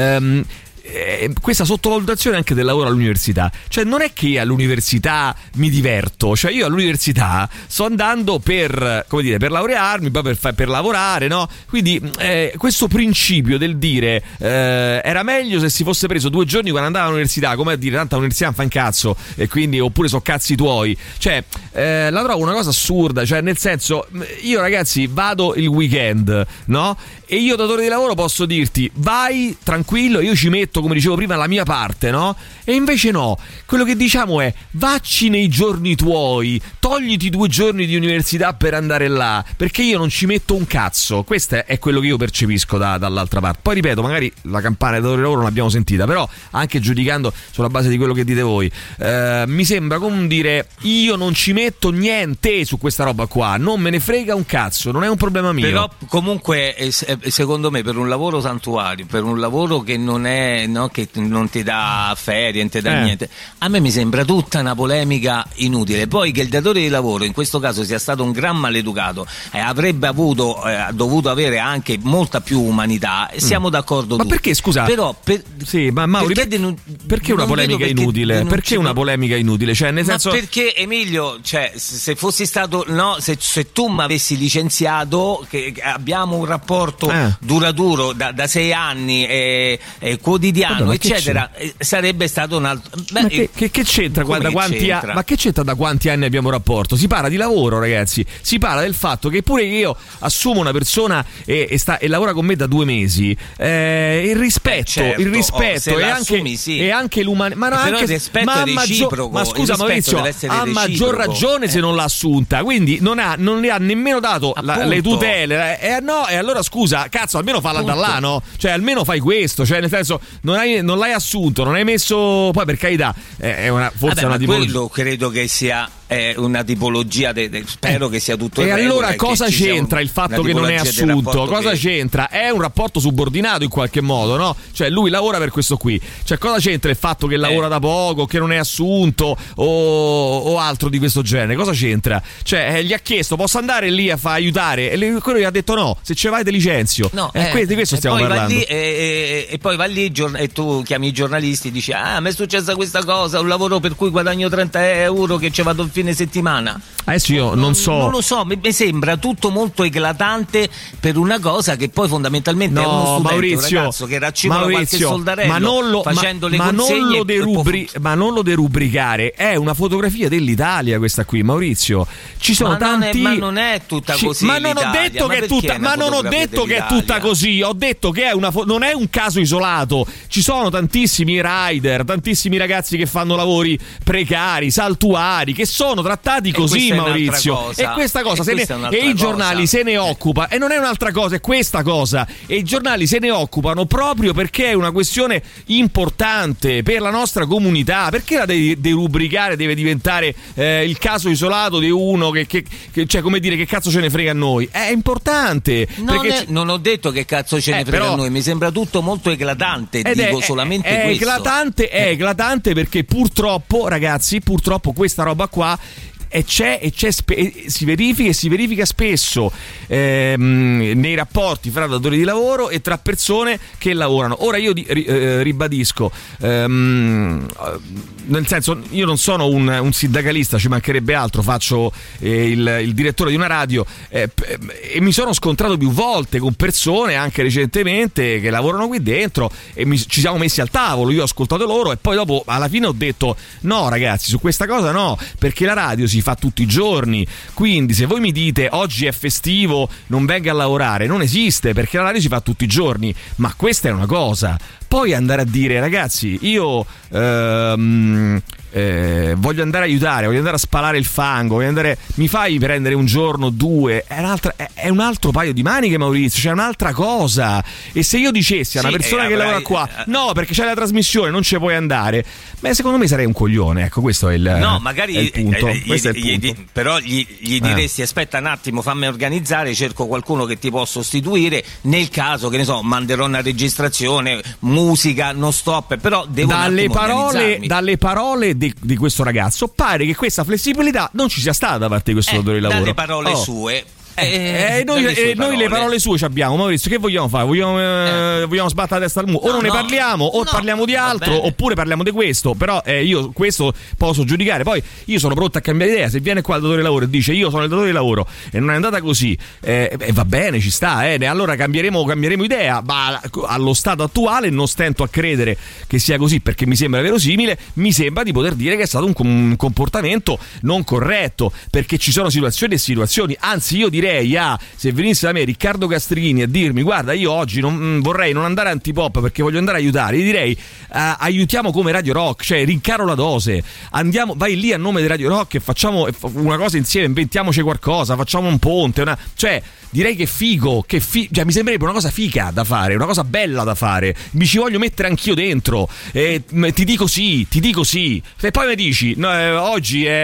questa sottovalutazione anche del lavoro all'università, cioè non è che all'università mi diverto, cioè io all'università sto andando per, come dire, per laurearmi, poi per lavorare, no? Quindi questo principio del dire era meglio se si fosse preso 2 giorni quando andava all'università, come a dire tanto all'università non fa un cazzo, e quindi, oppure so cazzi tuoi, cioè la trovo una cosa assurda, cioè nel senso, io ragazzi vado il weekend, no? E io datore di lavoro posso dirti vai tranquillo, io ci metto, come dicevo prima, la mia parte, no? E invece no, quello che diciamo è vacci nei giorni tuoi, togliti 2 giorni di università per andare là, perché io non ci metto un cazzo. Questo è quello che io percepisco dall'altra parte. Poi ripeto, magari la campana del datore di lavoro non l'abbiamo sentita, però anche giudicando sulla base di quello che dite voi, mi sembra come dire io non ci metto niente su questa roba qua, non me ne frega un cazzo, non è un problema mio. Però comunque secondo me per un lavoro santuario, per un lavoro che non è, no, che non ti dà ferie, non ti dà niente, a me mi sembra tutta una polemica inutile. Poi che il datore di lavoro in questo caso sia stato un gran maleducato e avrebbe dovuto avere anche molta più umanità, siamo d'accordo tutti. Ma perché, scusa? Però sì, ma Mauri, perché una polemica inutile? Perché una polemica inutile? Cioè, nel senso, perché Emilio, cioè, se fossi stato, no, se tu mi avessi licenziato, che abbiamo un rapporto duraturo da 6 anni, quotidiano, quotidiano, Madonna, eccetera, sarebbe stato un altro. Ma che c'entra? Ma che c'entra da quanti anni abbiamo rapporto? Si parla di lavoro, ragazzi. Si parla del fatto che pure io assumo una persona e lavora con me da 2 mesi. Il rispetto e anche l'umanità. Ma scusa, Maurizio, ha maggior ragione se non l'ha assunta. Quindi non le ha nemmeno dato le tutele. E allora scusa, cazzo, almeno falla da là, no? Cioè, almeno fai questo. Cioè, nel senso, non l'hai assunto, non hai messo. Poi, per carità, è una tipologia. Quello credo che sia una tipologia. Spero che sia tutto. E allora cosa c'entra il fatto che non è assunto? Cosa c'entra? È un rapporto subordinato in qualche modo, no? Cioè, lui lavora per questo qui. Cioè, cosa c'entra il fatto che lavora da poco, che non è assunto o altro di questo genere? Cosa c'entra? Cioè, gli ha chiesto, posso andare lì a far aiutare? E quello gli ha detto no, se ci vai te licenzio. No, di questo stiamo parlando. E poi va lì e tu chiami i giornalisti e dici: mi è successa questa cosa, un lavoro per cui guadagno 30 euro che ci vado il fine settimana. Adesso io non lo so, mi sembra tutto molto eclatante per una cosa che poi fondamentalmente è uno studente, Maurizio, un ragazzo che racimola qualche soldarello facendo le consegne. Ma non lo derubricare, è una fotografia dell'Italia questa qui, Maurizio. Ci sono tanti. Ma non è tutta così. Ma non ho detto che è tutta. Ma non ho detto che è tutta così. Ho detto che non è un caso isolato. Ci sono tantissimi rider, tantissimi ragazzi che fanno lavori precari, saltuari, che sono trattati così, Maurizio. E questa cosa e i giornali se ne occupa. E non è un'altra cosa, è questa cosa. E i giornali se ne occupano proprio perché è una questione importante per la nostra comunità. Perché la devi derubricare? Deve diventare il caso isolato di uno che cioè, come dire, che cazzo ce ne frega a noi? È importante. Non ho detto che cazzo ce ne frega a noi. Mi sembra tutto molto eclatante. Dico solamente questo. È eclatante perché purtroppo, ragazzi, questa roba qua si verifica spesso nei rapporti fra datori di lavoro e tra persone che lavorano. Ora io ribadisco, nel senso, io non sono un sindacalista, ci mancherebbe altro, faccio il direttore di una radio e mi sono scontrato più volte con persone anche recentemente che lavorano qui dentro e ci siamo messi al tavolo, io ho ascoltato loro e poi dopo alla fine ho detto no ragazzi, su questa cosa no, perché la radio si fa tutti i giorni, quindi se voi mi dite oggi è festivo non venga a lavorare, non esiste, perché la radio si fa tutti i giorni. Ma questa è una cosa. Poi andare a dire ragazzi io voglio andare a aiutare, voglio andare a spalare il fango, mi fai prendere un giorno, 2, è un altro paio di maniche, Maurizio, c'è un'altra cosa. E se io dicessi a una persona che lavora qua no, perché c'è la trasmissione, non ci puoi andare, beh, secondo me sarei un coglione, ecco, questo è il no, magari è il punto. Questo è il punto. Però gli diresti aspetta un attimo, fammi organizzare, cerco qualcuno che ti può sostituire nel caso, che ne so, manderò una registrazione, musica, non stop, però devo dalle parole di questo ragazzo pare che questa flessibilità non ci sia stata da parte di questo datore di lavoro. Dalle parole sue. Noi le parole sue ci abbiamo, Maurizio, che vogliamo fare? Vogliamo sbattere la testa al muro? O non ne parliamo, o parliamo di altro, oppure parliamo di questo. Però io questo posso giudicare. Poi io sono pronto a cambiare idea. Se viene qua il datore di lavoro e dice io sono il datore di lavoro e non è andata così, va bene, ci sta, allora cambieremo idea. Ma allo stato attuale non stento a credere che sia così, perché mi sembra verosimile. Mi sembra di poter dire che è stato un comportamento non corretto, perché ci sono situazioni e situazioni. Anzi, io direi se venisse da me Riccardo Castrini a dirmi guarda, io oggi vorrei non andare antipop perché voglio andare a aiutare, gli direi aiutiamo come Radio Rock, cioè rincaro la dose, vai lì a nome di Radio Rock e facciamo una cosa insieme, inventiamoci qualcosa, facciamo un ponte, cioè direi che figo, cioè, mi sembrerebbe una cosa figa da fare, una cosa bella da fare, mi ci voglio mettere anch'io dentro, ti dico sì, se poi mi dici no, oggi è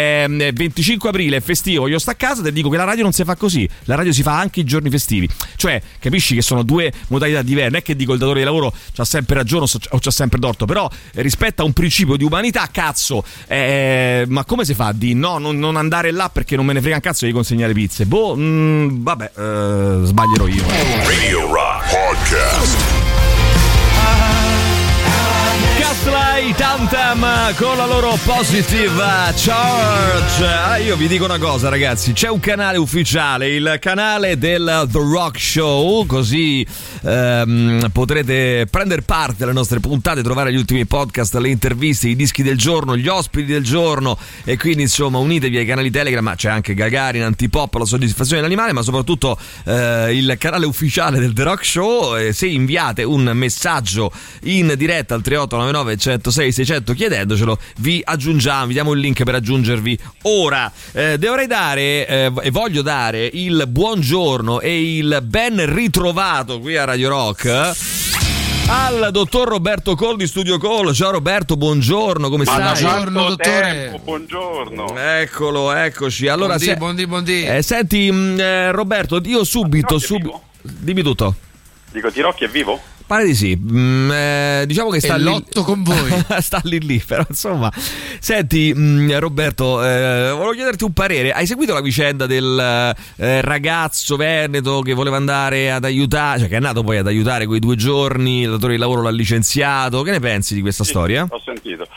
25 aprile, è festivo, io sto a casa, ti dico che la radio non si fa così, la radio si fa anche i giorni festivi, cioè capisci che sono due modalità diverse, non è che dico il datore di lavoro c'ha sempre ragione o c'ha sempre torto, però rispetto a un principio di umanità, cazzo, ma come si fa di non andare là perché non me ne frega un cazzo di consegnare pizze, vabbè, sbaglierò io. Radio Rock Podcast. Gaslight i Tantam con la loro Positive Charge. Io vi dico una cosa, ragazzi, c'è un canale ufficiale, il canale del The Rock Show, così potrete prendere parte alle nostre puntate, trovare gli ultimi podcast, le interviste, i dischi del giorno, gli ospiti del giorno, e quindi insomma unitevi ai canali Telegram, ma c'è anche Gagarin, Antipop, La soddisfazione dell'animale, ma soprattutto il canale ufficiale del The Rock Show. Se inviate un messaggio in diretta al 3899 106 600 chiedendocelo, vi aggiungiamo, vi diamo il link per aggiungervi ora. Dovrei dare e voglio dare il buongiorno e il ben ritrovato qui a Radio Rock al dottor Roberto Cole di Studio Cole. Ciao Roberto, buongiorno, come stai? Buongiorno dottore. Buongiorno. Eccolo, eccoci. Allora, buondì. Senti Roberto, io subito dimmi tutto. Dico, Tirocchi è vivo? Pare di sì, diciamo che sta lì con voi. Sta lì, però insomma. Senti Roberto, volevo chiederti un parere. Hai seguito la vicenda del ragazzo veneto che voleva andare ad aiutare, cioè che è andato poi ad aiutare quei 2 giorni, il datore di lavoro l'ha licenziato? Che ne pensi di questa storia? Ho sentito.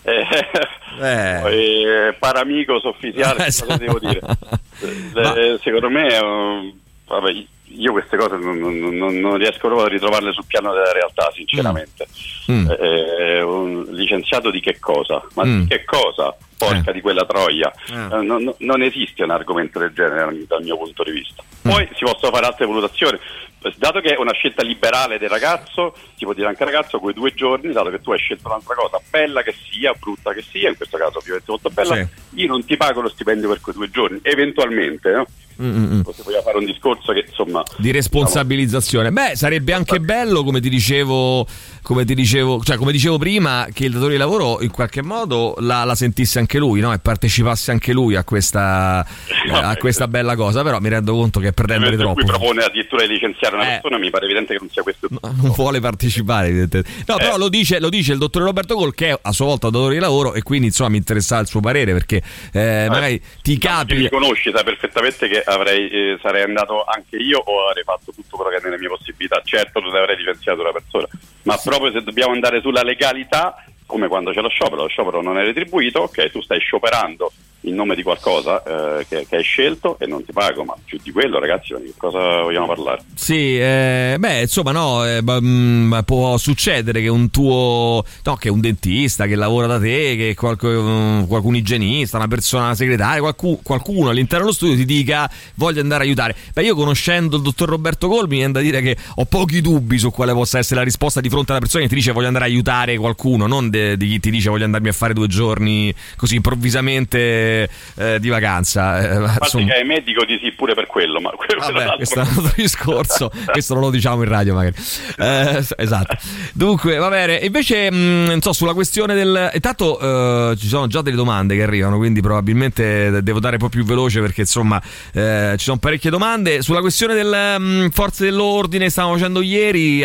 Paramico soffisiale, cosa devo dire? Secondo me vabbè, io queste cose non riesco proprio a ritrovarle sul piano della realtà, sinceramente. Un licenziato di che cosa? Ma di che cosa? Porca di quella troia. Non esiste un argomento del genere dal mio punto di vista. Poi si possono fare altre valutazioni. Dato che è una scelta liberale del ragazzo, si può dire anche ragazzo, quei 2 giorni, dato che tu hai scelto un'altra cosa, bella che sia, brutta che sia, in questo caso ovviamente molto bella, io non ti pago lo stipendio per quei 2 giorni, eventualmente, no? Se vogliamo fare un discorso che insomma di responsabilizzazione, sarebbe anche bello, come dicevo prima, che il datore di lavoro in qualche modo la sentisse anche lui, no? E partecipasse anche lui a questa bella cosa, però mi rendo conto che è pretendere troppo. Lui propone addirittura di licenziare una persona, mi pare evidente che non sia questo. Non vuole partecipare, evidentemente. No, però lo dice il dottore Roberto Cole, che è a sua volta datore di lavoro, e quindi insomma mi interessava il suo parere, perché magari ti capi. Mi conosci, sai perfettamente che sarei andato anche io, o avrei fatto tutto quello che è nelle mie possibilità. Certo non avrei licenziato una persona, ma proprio se dobbiamo andare sulla legalità, come quando c'è lo sciopero non è retribuito, ok, tu stai scioperando in nome di qualcosa che hai scelto e non ti pago, ma più di quello, ragazzi, di cosa vogliamo parlare? Sì, insomma può succedere che che un dentista che lavora da te, che qualcun igienista, una persona segretaria, qualcuno all'interno dello studio ti dica voglio andare a aiutare. Io, conoscendo il dottor Roberto Cole, mi viene da dire che ho pochi dubbi su quale possa essere la risposta di fronte alla persona che ti dice voglio andare a aiutare qualcuno, non di chi ti dice voglio andarmi a fare 2 giorni così improvvisamente di vacanza. Infatti che è medico di sì pure per quello, ma questo è un altro discorso. Questo non lo diciamo in radio magari. Esatto. Dunque va bene. Invece non so, sulla questione del intanto ci sono già delle domande che arrivano, quindi probabilmente devo dare un po' più veloce, perché insomma ci sono parecchie domande sulla questione delle forze dell'ordine. Stavamo facendo ieri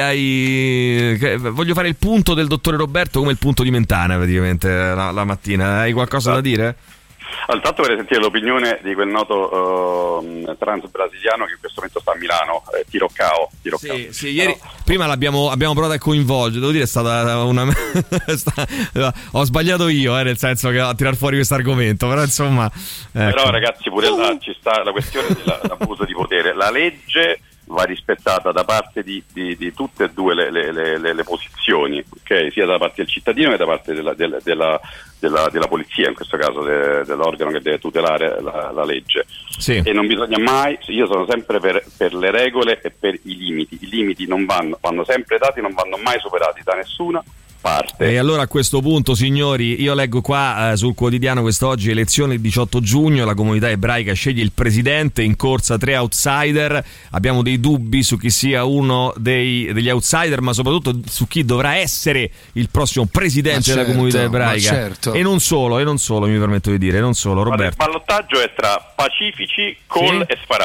voglio fare il punto del dottore Roberto come il punto di Mentana praticamente la mattina. Hai qualcosa da dire? Allora, tanto vorrei sentire l'opinione di quel noto trans brasiliano che in questo momento sta a Milano, Tirocao. Sì, ieri prima abbiamo provato a coinvolgere, devo dire è stata una ho sbagliato io, nel senso che a tirar fuori questo argomento, però insomma però ragazzi pure là ci sta la questione dell'abuso di potere. La legge va rispettata da parte di tutte e due le posizioni, ok? Sia da parte del cittadino che da parte della polizia, in questo caso dell'organo che deve tutelare la legge. Sì. E non bisogna mai, io sono sempre per le regole e per i limiti vanno sempre dati, non vanno mai superati da nessuna parte. E allora a questo punto, signori, io leggo qua sul quotidiano quest'oggi: elezioni il 18 giugno, la comunità ebraica sceglie il presidente, in corsa 3 outsider. Abbiamo dei dubbi su chi sia uno degli outsider, ma soprattutto su chi dovrà essere il prossimo presidente della comunità ebraica. E non solo, mi permetto di dire, non solo, Roberto. Il ballottaggio è tra pacifici, Cole e Sfaradi.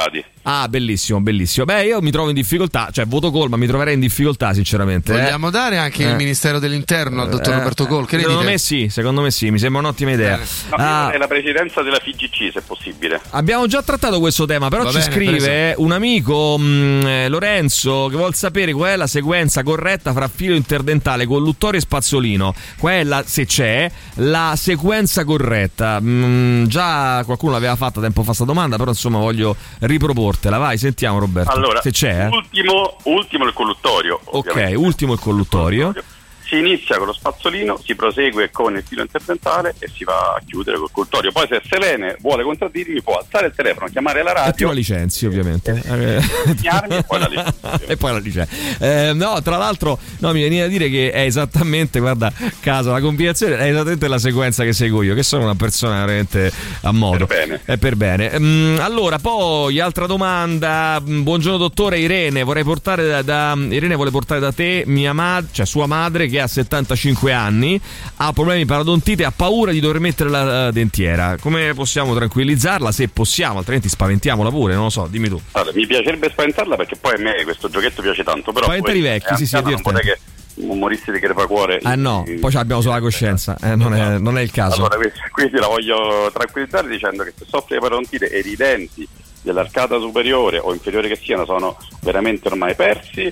Ah, bellissimo, bellissimo. Beh, io mi trovo in difficoltà, cioè voto Kohl, ma mi troverei in difficoltà sinceramente. Vogliamo dare anche il Ministero dell'Interno al dottor Roberto Kohl? Secondo me sì, mi sembra un'ottima idea. È la presidenza della FIGC, se possibile. Abbiamo già trattato questo tema, però ci scrive un amico, Lorenzo, che vuol sapere qual è la sequenza corretta fra filo interdentale, colluttorio e spazzolino. Qual è se c'è la sequenza corretta? Già qualcuno l'aveva fatta tempo fa sta domanda, però insomma voglio riproportela. Vai, sentiamo Roberto. Allora, se c'è. Ultimo il colluttorio. Ok, ultimo il colluttorio. Si inizia con lo spazzolino, si prosegue con il filo interdentale e si va a chiudere col colluttorio. Poi se Selene vuole contraddirmi può alzare il telefono, chiamare la radio e tu la licenzi ovviamente e poi la licenzi. E poi la licenzi. No, tra l'altro mi viene da dire che è esattamente, guarda caso, la combinazione è esattamente la sequenza che seguo io, che sono una persona veramente a modo. È per bene. Allora, poi altra domanda. Buongiorno dottore, Irene vuole portare da te sua madre, che ha 75 anni, ha problemi parodontite, ha paura di dover mettere la dentiera. Come possiamo tranquillizzarla, se possiamo, altrimenti spaventiamola pure, non lo so, dimmi tu. Allora, mi piacerebbe spaventarla perché poi a me questo giochetto piace tanto, però spaventare i vecchi, sì, non vorrei che umoristi di crepacuore. Poi abbiamo solo la coscienza, non è il caso. Allora, quindi la voglio tranquillizzare dicendo che se soffre di parodontite e i denti dell'arcata superiore o inferiore che siano sono veramente ormai persi,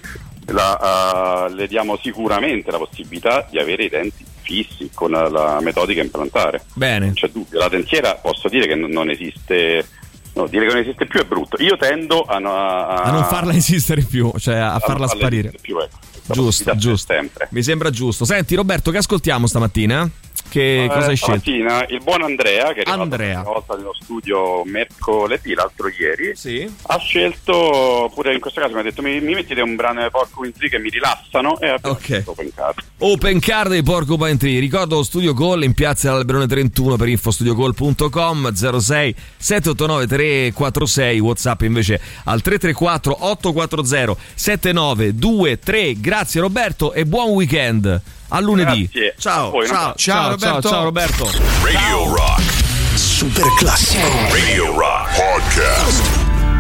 le diamo sicuramente la possibilità di avere i denti fissi con la metodica implantare. Bene. Non c'è dubbio. La dentiera posso dire che non esiste. No, dire che non esiste più è brutto. Io tendo a non farla esistere più, cioè a farla sparire. Più, ecco. Giusto. Sempre. Mi sembra giusto. Senti Roberto, che ascoltiamo stamattina? Che cosa hai scelto? Stamattina il buon Andrea, che è arrivato una volta nello studio mercoledì, l'altro ieri, ha scelto, pure in questo caso mi ha detto mi mettete un brano di Porcupine Tree che mi rilassano, e abbiamo scelto Open Card dei Porcupine Tree. Ricordo lo studio Call in piazza dell'Alberone 31 per infostudioCall.com, 06 789 346, WhatsApp invece al 334 840 7923. Grazie Roberto e buon weekend. A lunedì. Grazie. Ciao Roberto. Ciao Roberto. Radio Rock. Super classico. Radio Rock Podcast.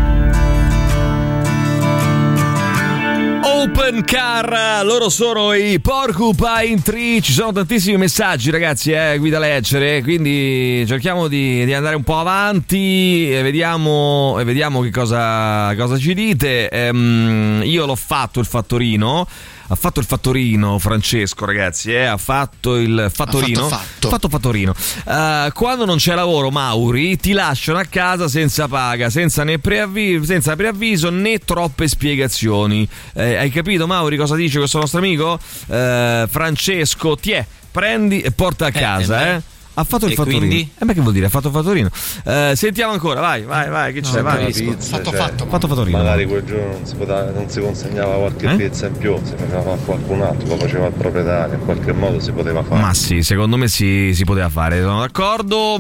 Open Car, loro sono i Porcupine Tree. Ci sono tantissimi messaggi ragazzi qui da leggere, quindi cerchiamo di andare un po' avanti e vediamo che cosa ci dite. Io l'ho fatto il fattorino. Ha fatto il fattorino Francesco, ragazzi, ha fatto il fattorino. Fattorino. Quando non c'è lavoro, Mauri, ti lasciano a casa senza paga, senza preavviso né troppe spiegazioni. Hai capito, Mauri, cosa dice questo nostro amico? Francesco, prendi e porta a casa, Ha fatto il fattorino. Quindi? Ma che vuol dire? Ha fatto il fattorino. Sentiamo ancora, vai, che c'è? Vai. Fatto fattorino. Magari quel giorno non si consegnava qualche pizza in più, si faceva a qualcun altro, lo faceva il proprietario, in qualche modo si poteva fare. Ma sì, secondo me si poteva fare, sono d'accordo.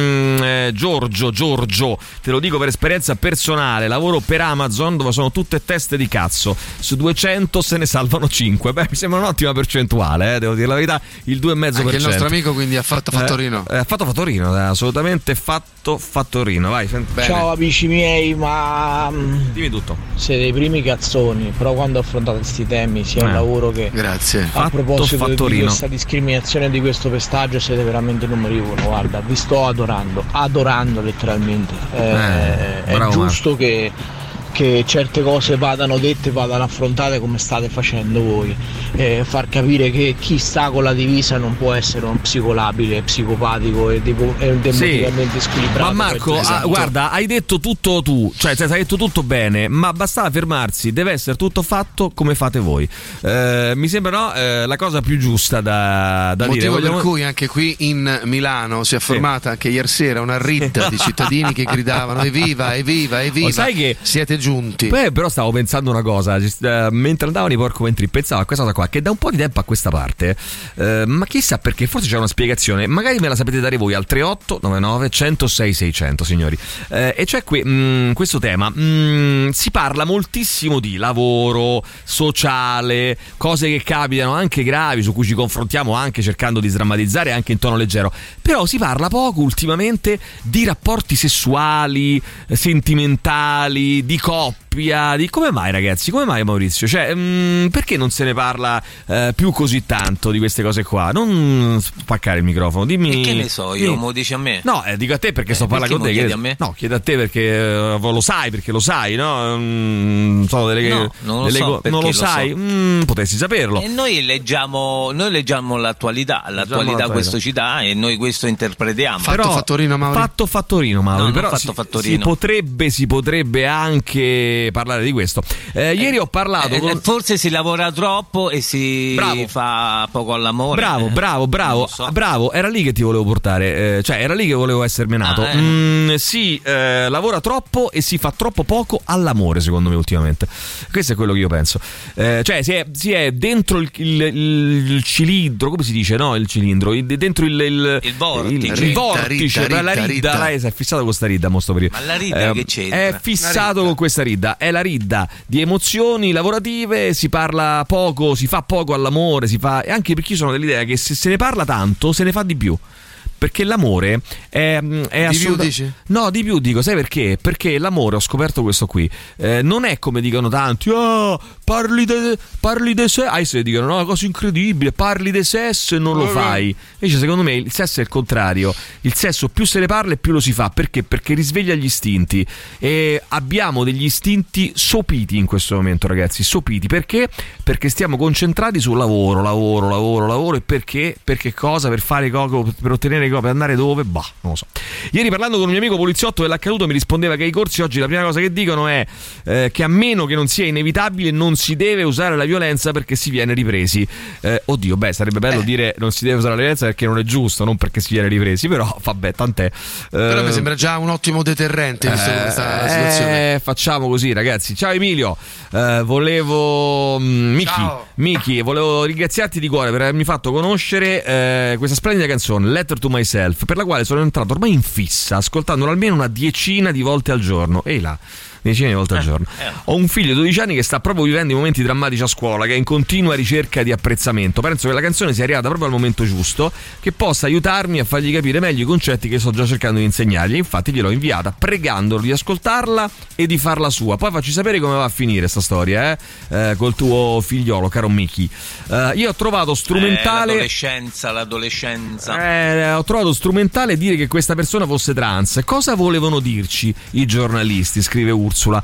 Giorgio, te lo dico per esperienza personale, lavoro per Amazon dove sono tutte teste di cazzo. Su 200 se ne salvano 5. Beh, mi sembra un'ottima percentuale, devo dire la verità, il 2,5%. Anche il nostro amico quindi ha fatto fattorino. Ha fatto fattorino, assolutamente fatto fattorino. Vai, ciao amici miei, ma dimmi tutto. Siete i primi cazzoni, però quando affrontate questi temi sia un lavoro che grazie. A proposito di questa discriminazione, di questo pestaggio, siete veramente il numero uno. Guarda, vi sto adorando letteralmente. È giusto che certe cose vadano dette, vadano affrontate come state facendo voi, far capire che chi sta con la divisa non può essere un psicolabile, psicopatico e emotivamente squilibrato. Ma Marco, guarda, hai detto tutto tu, cioè hai detto tutto bene, ma bastava fermarsi, deve essere tutto fatto come fate voi. Mi sembra la cosa più giusta da dire. Motivo per cui anche qui in Milano si è formata anche ieri sera una ritta di cittadini che gridavano evviva. Sai che siete giunti. Però stavo pensando una cosa, mentre andavano i Porco Ventri, pensavo a questa cosa qua, che da un po' di tempo a questa parte, ma chissà perché, forse c'è una spiegazione, magari me la sapete dare voi al 3899 106 600, signori. E cioè questo tema, si parla moltissimo di lavoro, sociale, cose che capitano anche gravi, su cui ci confrontiamo anche cercando di sdrammatizzare anche in tono leggero, però si parla poco ultimamente di rapporti sessuali, sentimentali, di coppia, di come mai, ragazzi, come mai, Maurizio? Cioè, perché non se ne parla più così tanto di queste cose qua? Non spaccare il microfono, dimmi. E che ne so io, mo dici a me? No, dico a te perché sto parlando con te. Chiedi a me? No, chiedo a te perché lo sai, no? Non so non lo sai. Potessi saperlo. E noi leggiamo l'attualità questo ci dà e noi questo interpretiamo. Fattorino Mauri. Fattorino Mauri. No, però si potrebbe anche parlare di questo. Ieri ho parlato forse si lavora troppo e si fa poco all'amore. Bravo, era lì che ti volevo portare, cioè era lì che volevo essere menato. Si lavora troppo e si fa troppo poco all'amore, secondo me, ultimamente. Questo è quello che io penso. Cioè si è dentro il cilindro, come si dice, no? Il cilindro, dentro il vortice, la ridda. Lei si è fissato con sta ridda, mo sto periodo. Ma la ridda che c'entra? È fissato con questa ridda, è la ridda di emozioni lavorative, si parla poco, si fa poco all'amore, e anche perché io sono dell'idea che se ne parla tanto se ne fa di più. Perché l'amore è di più, dici? No, di più dico, sai perché? Perché l'amore, ho scoperto questo qui, non è come dicono tanti, parli di sesso, dicono, no, una cosa incredibile, parli di sesso e non lo fai. Invece secondo me il sesso è il contrario, il sesso più se ne parla e più lo si fa. Perché? Perché risveglia gli istinti, e abbiamo degli istinti sopiti in questo momento, ragazzi, sopiti. Perché? Perché stiamo concentrati sul lavoro, e perché? Perché cosa? Per fare per ottenere, per andare dove? Non lo so. Ieri, parlando con un mio amico poliziotto dell'accaduto, mi rispondeva che i corsi oggi la prima cosa che dicono è che a meno che non sia inevitabile non si deve usare la violenza perché si viene ripresi. Oddio, sarebbe bello dire non si deve usare la violenza perché non è giusto, non perché si viene ripresi, però vabbè, tant'è. Però mi sembra già un ottimo deterrente visto questa situazione. Facciamo così, ragazzi. Ciao Emilio, volevo Miki, volevo ringraziarti di cuore per avermi fatto conoscere questa splendida canzone Letter to Myself, per la quale sono entrato ormai in fissa, ascoltandola almeno una decina di volte al giorno. Ehi là, decine di volte al giorno. Ho un figlio di 12 anni che sta proprio vivendo i momenti drammatici a scuola, che è in continua ricerca di apprezzamento. Penso che la canzone sia arrivata proprio al momento giusto, che possa aiutarmi a fargli capire meglio i concetti che sto già cercando di insegnargli. Infatti gliel'ho inviata pregandolo di ascoltarla e di farla sua. Poi facci sapere come va a finire sta storia, col tuo figliolo, caro Miki. Io ho trovato strumentale l'adolescenza. Ho trovato strumentale dire che questa persona fosse trans. Cosa volevano dirci i giornalisti? Scrive Ursula.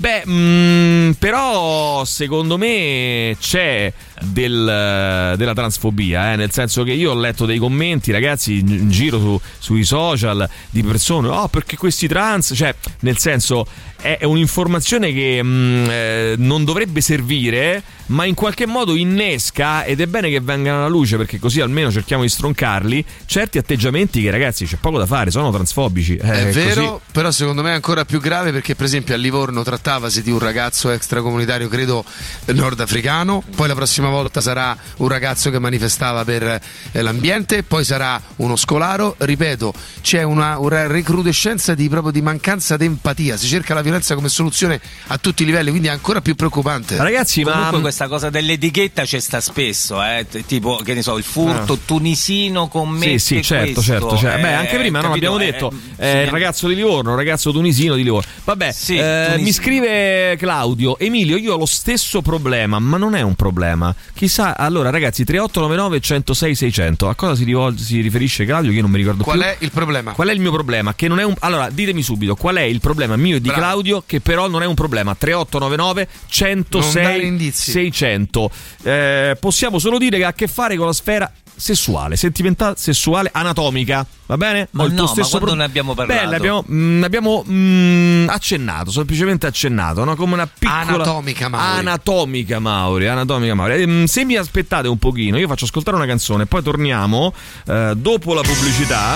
Però secondo me c'è della transfobia, nel senso che io ho letto dei commenti, ragazzi, in giro sui social di persone, perché questi trans, cioè nel senso è un'informazione che non dovrebbe servire, ma in qualche modo innesca, ed è bene che vengano alla luce perché così almeno cerchiamo di stroncarli, certi atteggiamenti che, ragazzi, c'è poco da fare, sono transfobici. È vero, così. Però secondo me è ancora più grave perché per esempio a Livorno trattavasi di un ragazzo extracomunitario, credo nordafricano, poi la prossima volta sarà un ragazzo che manifestava per l'ambiente, poi sarà uno scolaro. Ripeto, c'è una recrudescenza proprio di mancanza di empatia, si cerca la violenza come soluzione a tutti i livelli, quindi è ancora più preoccupante. Ragazzi, comunque questa cosa dell'etichetta c'è sta spesso, tipo, che ne so, il furto tunisino commette sì, certo. Anche prima non abbiamo detto il ragazzo di Livorno, il ragazzo tunisino di Livorno. Vabbè, mi scrive Claudio: Emilio, io ho lo stesso problema, ma non è un problema. Chissà, allora ragazzi, 3899 106 600. A cosa si riferisce Claudio? Che io non mi ricordo Qual più. è il problema? Qual è il mio problema? Che non è un... Allora, ditemi subito, qual è il problema mio e di Claudio, che però non è un problema. 3899 106 600. Possiamo solo dire che ha a che fare con la sfera sessuale, sentimentale, sessuale, anatomica, va bene? Ma no, ma quando ne abbiamo parlato? Abbiamo accennato, semplicemente accennato, no? Come una piccola anatomica Mauri. Se mi aspettate un pochino, io faccio ascoltare una canzone e poi torniamo dopo la pubblicità.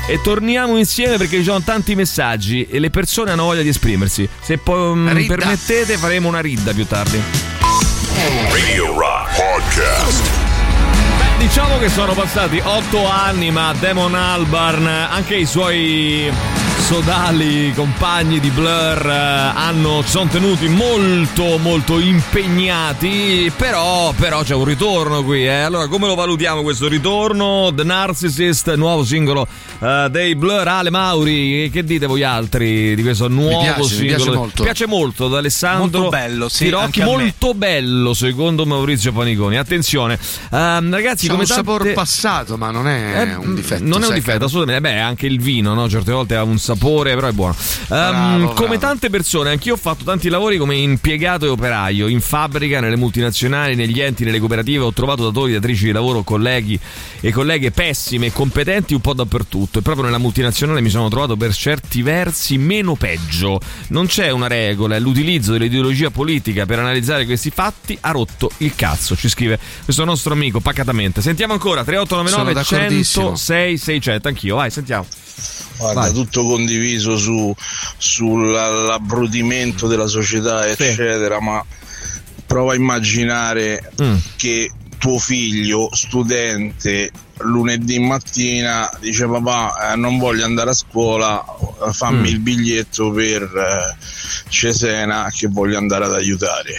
e torniamo insieme perché ci sono tanti messaggi e le persone hanno voglia di esprimersi. Se poi permettete faremo una ridda più tardi. Radio Rock Podcast. Diciamo che sono passati 8 anni, ma Damon Albarn, anche i suoi sodali compagni di Blur si sono tenuti molto molto impegnati, però c'è un ritorno qui, Allora come lo valutiamo questo ritorno? The Narcissist, nuovo singolo dei Blur. Ale, Mauri, che dite voi altri di questo nuovo singolo? Mi piace molto da Alessandro, molto bello, sì, Tirocchi, molto bello secondo Maurizio Paniconi. Attenzione, ragazzi, come un sapore passato, ma non è un difetto. Non è un difetto, assolutamente. Anche il vino, no? Certe volte ha un sapore, però è buono. Come tante persone, anch'io ho fatto tanti lavori come impiegato e operaio, in fabbrica, nelle multinazionali, negli enti, nelle cooperative. Ho trovato datori, datrici di lavoro, colleghi e colleghe pessime e competenti un po' dappertutto, e proprio nella multinazionale mi sono trovato per certi versi meno peggio. Non c'è una regola, e l'utilizzo dell'ideologia politica per analizzare questi fatti ha rotto il cazzo, ci scrive questo nostro amico pacatamente. Sentiamo ancora 3899 106 600. Anch'io, vai, sentiamo. Guarda, tutto condiviso sull'abbrutimento della società, eccetera, ma prova a immaginare che tuo figlio, studente, lunedì mattina dice: papà, non voglio andare a scuola, fammi il biglietto per Cesena che voglio andare ad aiutare.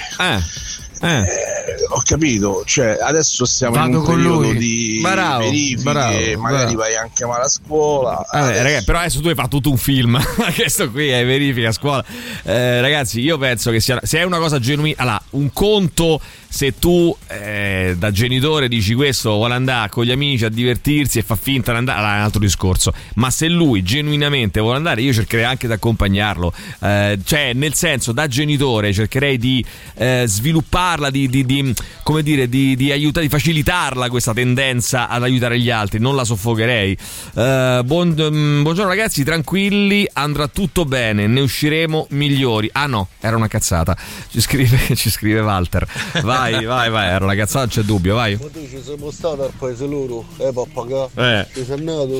Ho capito, cioè adesso stiamo in un periodo di verifiche, magari vai anche male a scuola. Ragazzi, però adesso tu hai fatto tutto un film. Questo qui è verifica a scuola. Ragazzi, io penso che se è una cosa genuina, allora, un conto se tu da genitore dici questo vuole andare con gli amici a divertirsi e fa finta di andare, allora è un altro discorso. Ma se lui genuinamente vuole andare, io cercherei anche di accompagnarlo, cioè nel senso, da genitore cercherei di svilupparla, come dire, di aiutare, di facilitarla questa tendenza ad aiutare gli altri, non la soffocherei. Buongiorno ragazzi, tranquilli, andrà tutto bene, ne usciremo migliori. Ah no, era una cazzata, ci scrive Walter. Vai, era una cazzata, non c'è dubbio, vai. Ma tu ci sei stato al paese loro? Papà, ci sei nato?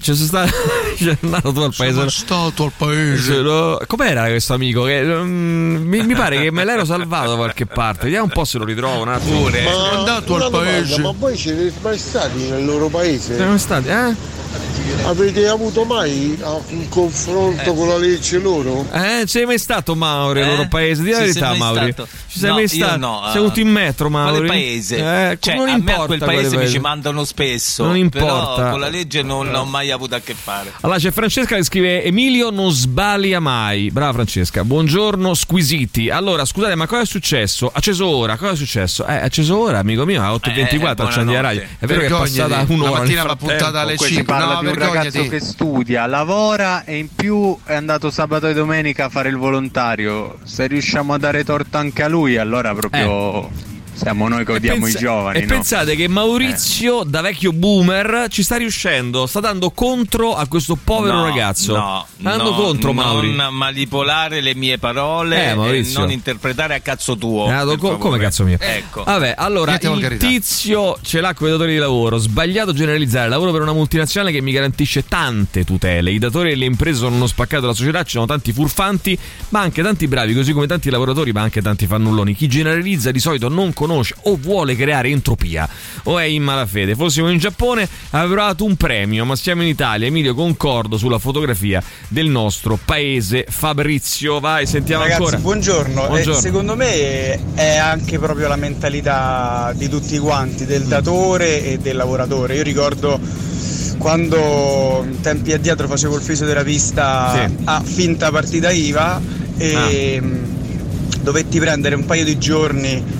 Ci sei nato tu al paese? Sono stato al paese. Com'era questo amico? Mi pare che me l'ero salvato da qualche parte. Vediamo un po' se lo ritrovo un attimo. Ma sono andato al paese. Ma voi siete mai stati nel loro paese? Siamo stati, Avete avuto mai un confronto con la legge loro? Sei mai stato, Mauri, nel loro paese? Di la verità, Mauri. Ci sei mai stato? No, sei avuto in metro, Mauri? Quale paese? Cioè, non a importa, me a quel paese mi ci mandano spesso. Non importa. Però con la legge non ho mai avuto a che fare. Allora c'è Francesca che scrive: Emilio non sbaglia mai. Brava Francesca. Buongiorno squisiti. Allora scusate, ma cosa è successo? Acceso ora, cosa è successo? Acceso ora, amico mio, a 8:24 accendi la radio. È vero che è passata un'ora. La mattina va puntata alle 5. No, un ragazzo che studia, lavora e in più è andato sabato e domenica a fare il volontario. Se riusciamo a dare torto anche a lui, allora proprio siamo noi che odiamo i giovani. E pensate che Maurizio, da vecchio boomer, ci sta riuscendo, sta dando contro a questo povero ragazzo. Non manipolare le mie parole e non interpretare a cazzo tuo. Come cazzo mio? Ecco. Vabbè, allora il tizio ce l'ha con i datori di lavoro. Sbagliato generalizzare. Lavoro per una multinazionale che mi garantisce tante tutele. I datori e le imprese sono uno spaccato della società. Ci sono tanti furfanti, ma anche tanti bravi, così come tanti lavoratori, ma anche tanti fannulloni. Chi generalizza di solito non conosce o vuole creare entropia o è in malafede. Fossimo in Giappone avremmo dato un premio, ma siamo in Italia. Emilio, concordo sulla fotografia del nostro paese. Fabrizio, vai, sentiamo. Ragazzi, ancora. Buongiorno. Secondo me è anche proprio la mentalità di tutti quanti, del datore e del lavoratore. Io ricordo quando tempi addietro facevo il fisioterapista a finta partita IVA e dovetti prendere un paio di giorni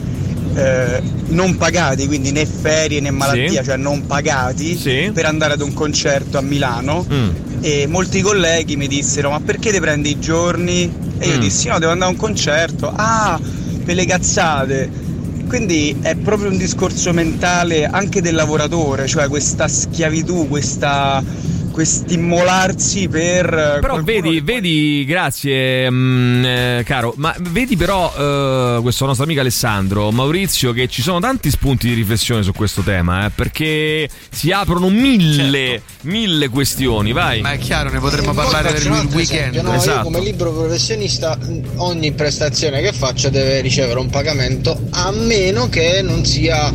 non pagati, quindi né ferie né malattia, cioè non pagati, per andare ad un concerto a Milano. E molti colleghi mi dissero: ma perché ti prendi i giorni? E io dissi: no, devo andare a un concerto. Per le cazzate. Quindi è proprio un discorso mentale anche del lavoratore, cioè questa schiavitù, questa quest'immolarsi per... Però vedi, grazie caro, ma vedi però questo nostro amico Alessandro, Maurizio, che ci sono tanti spunti di riflessione su questo tema, perché si aprono mille questioni, vai. Ma è chiaro, ne potremmo parlare per il weekend. No, esatto. Io come libero professionista ogni prestazione che faccio deve ricevere un pagamento, a meno che non sia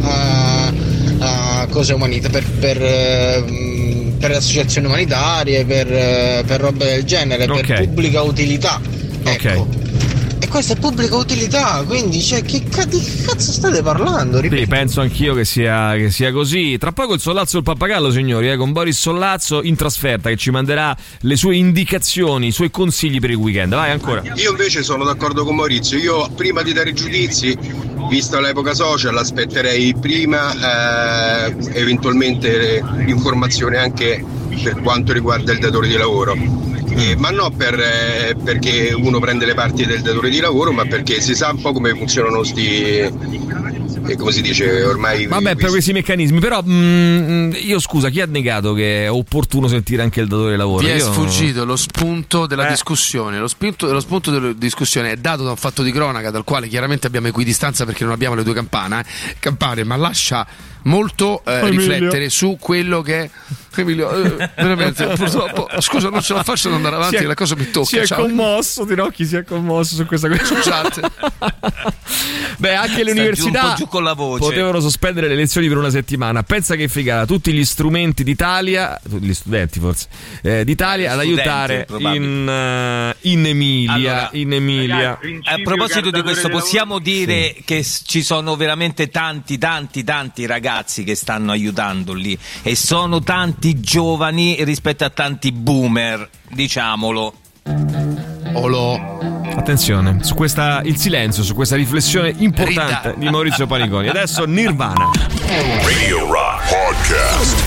a cose umanitarie, per associazioni umanitarie, per robe del genere, per pubblica utilità. Ecco. E questa è pubblica utilità, quindi di che cazzo state parlando? Sì, penso anch'io che sia così. Tra poco il Sollazzo del Pappagallo, signori, con Boris Sollazzo in trasferta, che ci manderà le sue indicazioni, i suoi consigli per il weekend. Vai, ancora. Io invece sono d'accordo con Maurizio. Io prima di dare giudizi, vista l'epoca social, aspetterei prima eventualmente l'informazione anche per quanto riguarda il datore di lavoro. Ma non perché uno prende le parti del datore di lavoro, ma perché si sa un po' come funzionano come si dice ormai. Vabbè, per questi meccanismi. Però io scusa, chi ha negato che è opportuno sentire anche il datore di lavoro? Vi è sfuggito lo spunto della discussione. Lo spunto della discussione è dato da un fatto di cronaca, dal quale chiaramente abbiamo equidistanza perché non abbiamo le due campane, ma lascia molto riflettere su quello che Emilio, veramente purtroppo, scusa, non ce la faccio ad andare avanti, la cosa mi tocca. Si è commosso, Tirocchi si è commosso su questa cosa. Scusate. Beh, anche le università potevano sospendere le lezioni per una settimana. Pensa che figata, tutti gli strumenti d'Italia, gli studenti forse d'Italia, ad aiutare in Emilia. Allora, in Emilia. A proposito di questo, possiamo dire che ci sono veramente tanti ragazzi che stanno aiutando lì, e sono tanti giovani rispetto a tanti boomer, diciamolo. Attenzione su questa, il silenzio su questa riflessione importante di Maurizio Paniconi. Adesso Nirvana. Radio Rock Podcast.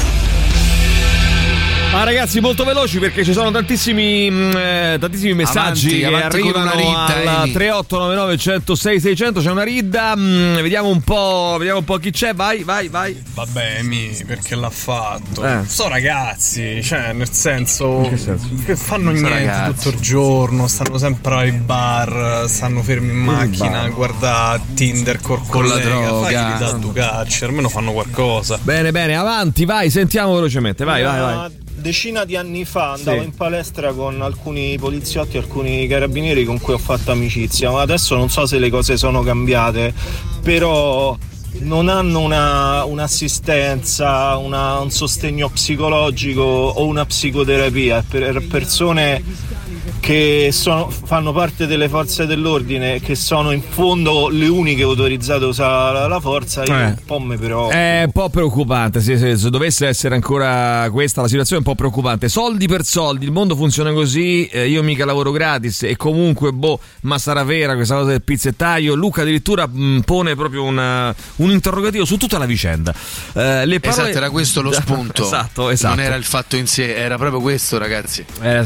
Ma ragazzi, molto veloci perché ci sono tantissimi messaggi che arrivano al 3899 106 600. C'è una ridda, vediamo un po' chi c'è. Vai. Vabbè, perché l'ha fatto? So ragazzi, cioè nel senso che fanno niente tutto il giorno, stanno sempre ai bar, stanno fermi in macchina a guardare Tinder con la droga, fagli da Ducacci, almeno fanno qualcosa. Bene, avanti, vai, sentiamo velocemente, vai. Decina di anni fa andavo in palestra con alcuni poliziotti e alcuni carabinieri con cui ho fatto amicizia, ma adesso non so se le cose sono cambiate, però non hanno un'assistenza, un sostegno psicologico o una psicoterapia per persone che fanno parte delle forze dell'ordine, che sono in fondo le uniche autorizzate a usare la forza. Io un po' è un po' preoccupante, se dovesse essere ancora questa la situazione, è un po' preoccupante. Soldi per soldi, il mondo funziona così, io mica lavoro gratis, e comunque ma sarà vera questa cosa del pizzettaio? Luca addirittura pone proprio un interrogativo su tutta la vicenda. Esatto, era questo lo spunto. esatto. Non era il fatto in sé, era proprio questo, ragazzi.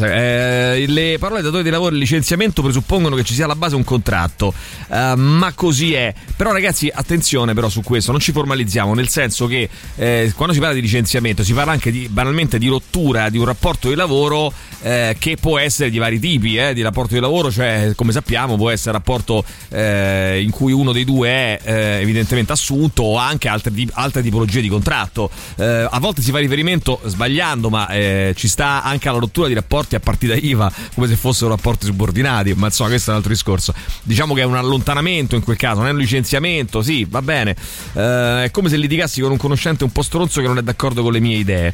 Le parole datore di lavoro e licenziamento presuppongono che ci sia alla base un contratto, ma così è. Però ragazzi, attenzione però su questo, non ci formalizziamo, nel senso che quando si parla di licenziamento si parla anche banalmente di rottura di un rapporto di lavoro, che può essere di vari tipi di rapporto di lavoro, cioè come sappiamo può essere rapporto in cui uno dei due è evidentemente assunto, o anche altre tipologie di contratto. A volte si fa riferimento, sbagliando, ma ci sta anche alla rottura di rapporti a partita IVA, come se fossero rapporti subordinati, ma insomma questo è un altro discorso. Diciamo che è un allontanamento in quel caso, non è un licenziamento, sì, va bene. È come se litigassi con un conoscente un po' stronzo che non è d'accordo con le mie idee.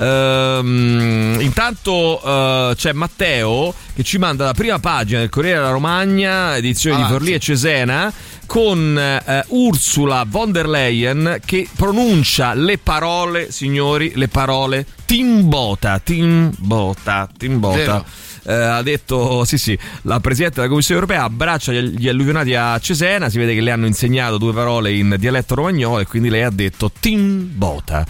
Intanto c'è Matteo che ci manda la prima pagina del Corriere della Romagna, edizione di Forlì e Cesena, con Ursula von der Leyen che pronuncia le parole, signori, le parole Timbota. ha detto sì, la Presidente della Commissione Europea abbraccia gli alluvionati a Cesena, si vede che le hanno insegnato 2 parole in dialetto romagnolo e quindi lei ha detto Timbota.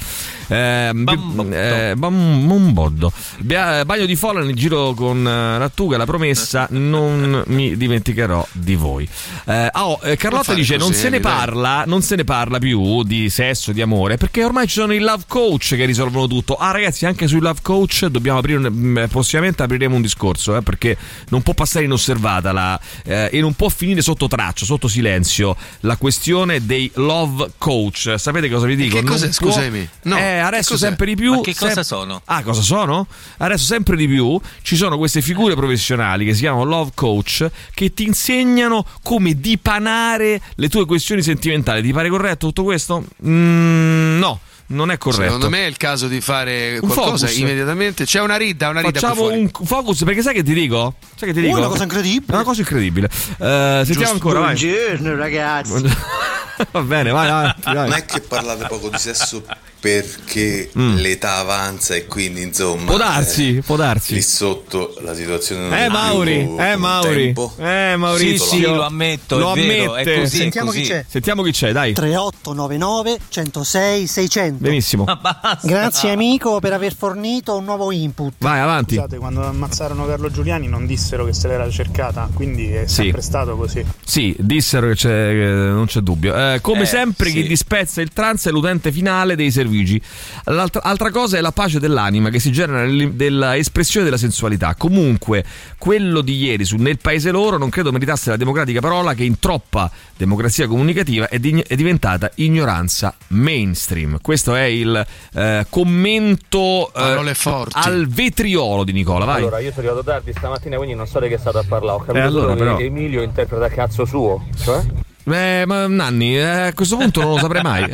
Bomboddo. Bagno di folla nel giro con Lattuga, la promessa non mi dimenticherò di voi. Carlotta dice non se ne parla più di sesso, di amore, perché ormai ci sono i love coach che risolvono tutto. Ragazzi, anche sui love coach dobbiamo prossimamente apriremo un discorso, perché non può passare inosservata e non può finire sotto traccia, sotto silenzio la questione dei love coach. Sapete cosa vi dico? Che cos'è? Scusami. No. Adesso sempre di più. Ma che cosa sono? Cosa sono? Adesso sempre di più ci sono queste figure professionali che si chiamano love coach che ti insegnano come dipanare le tue questioni sentimentali. Ti pare corretto tutto questo? No. Non è corretto. Secondo me è il caso di fare qualcosa immediatamente. C'è una rida. Facciamo un focus, perché sai che ti dico? Una cosa incredibile. Sentiamo ancora, vai. Buongiorno ragazzi. Va bene, vai. Non è che parlate poco di sesso perché l'età avanza e quindi insomma può darsi lì sotto la situazione non è Mauri Sì, lo ammetto, è vero, è così. Sentiamo chi c'è, dai. 3899 106 600. Benissimo. Grazie amico per aver fornito un nuovo input. Vai avanti. Scusate, quando ammazzarono Carlo Giuliani non dissero che se l'era cercata, quindi è sempre stato così. Sì, dissero che non c'è dubbio. Come sempre chi dispezza il trans è l'utente finale dei servizi. Altra cosa è la pace dell'anima che si genera della espressione della sensualità. Comunque quello di ieri su Nel Paese Loro non credo meritasse la democratica parola che in troppa democrazia comunicativa è diventata ignoranza mainstream. Questo è il commento al vetriolo di Nicola. Vai. Allora, io sono arrivato tardi stamattina, quindi non so di che è stato a parlare. Ho capito solo che Emilio interpreta cazzo suo, cioè? Ma Nanni, a questo punto non lo saprei mai.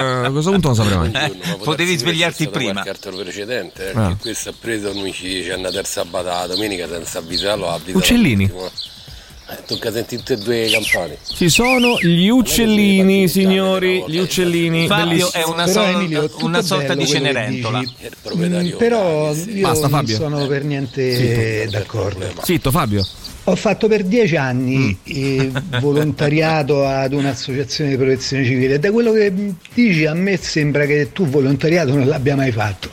Potevi svegliarti prima. Cartolo precedente, che questo ha preso ci è andata il sabato, la domenica senza avvisarlo. Uccellini. Tocca sentire tutte e 2 campane. Ci sono gli uccellini, signori, gli uccellini. Fabio è una sorta di Cenerentola. Però io non sono per niente d'accordo. Zitto, Fabio. Ho fatto per 10 anni volontariato ad un'associazione di protezione civile e da quello che dici a me sembra che tu volontariato non l'abbia mai fatto.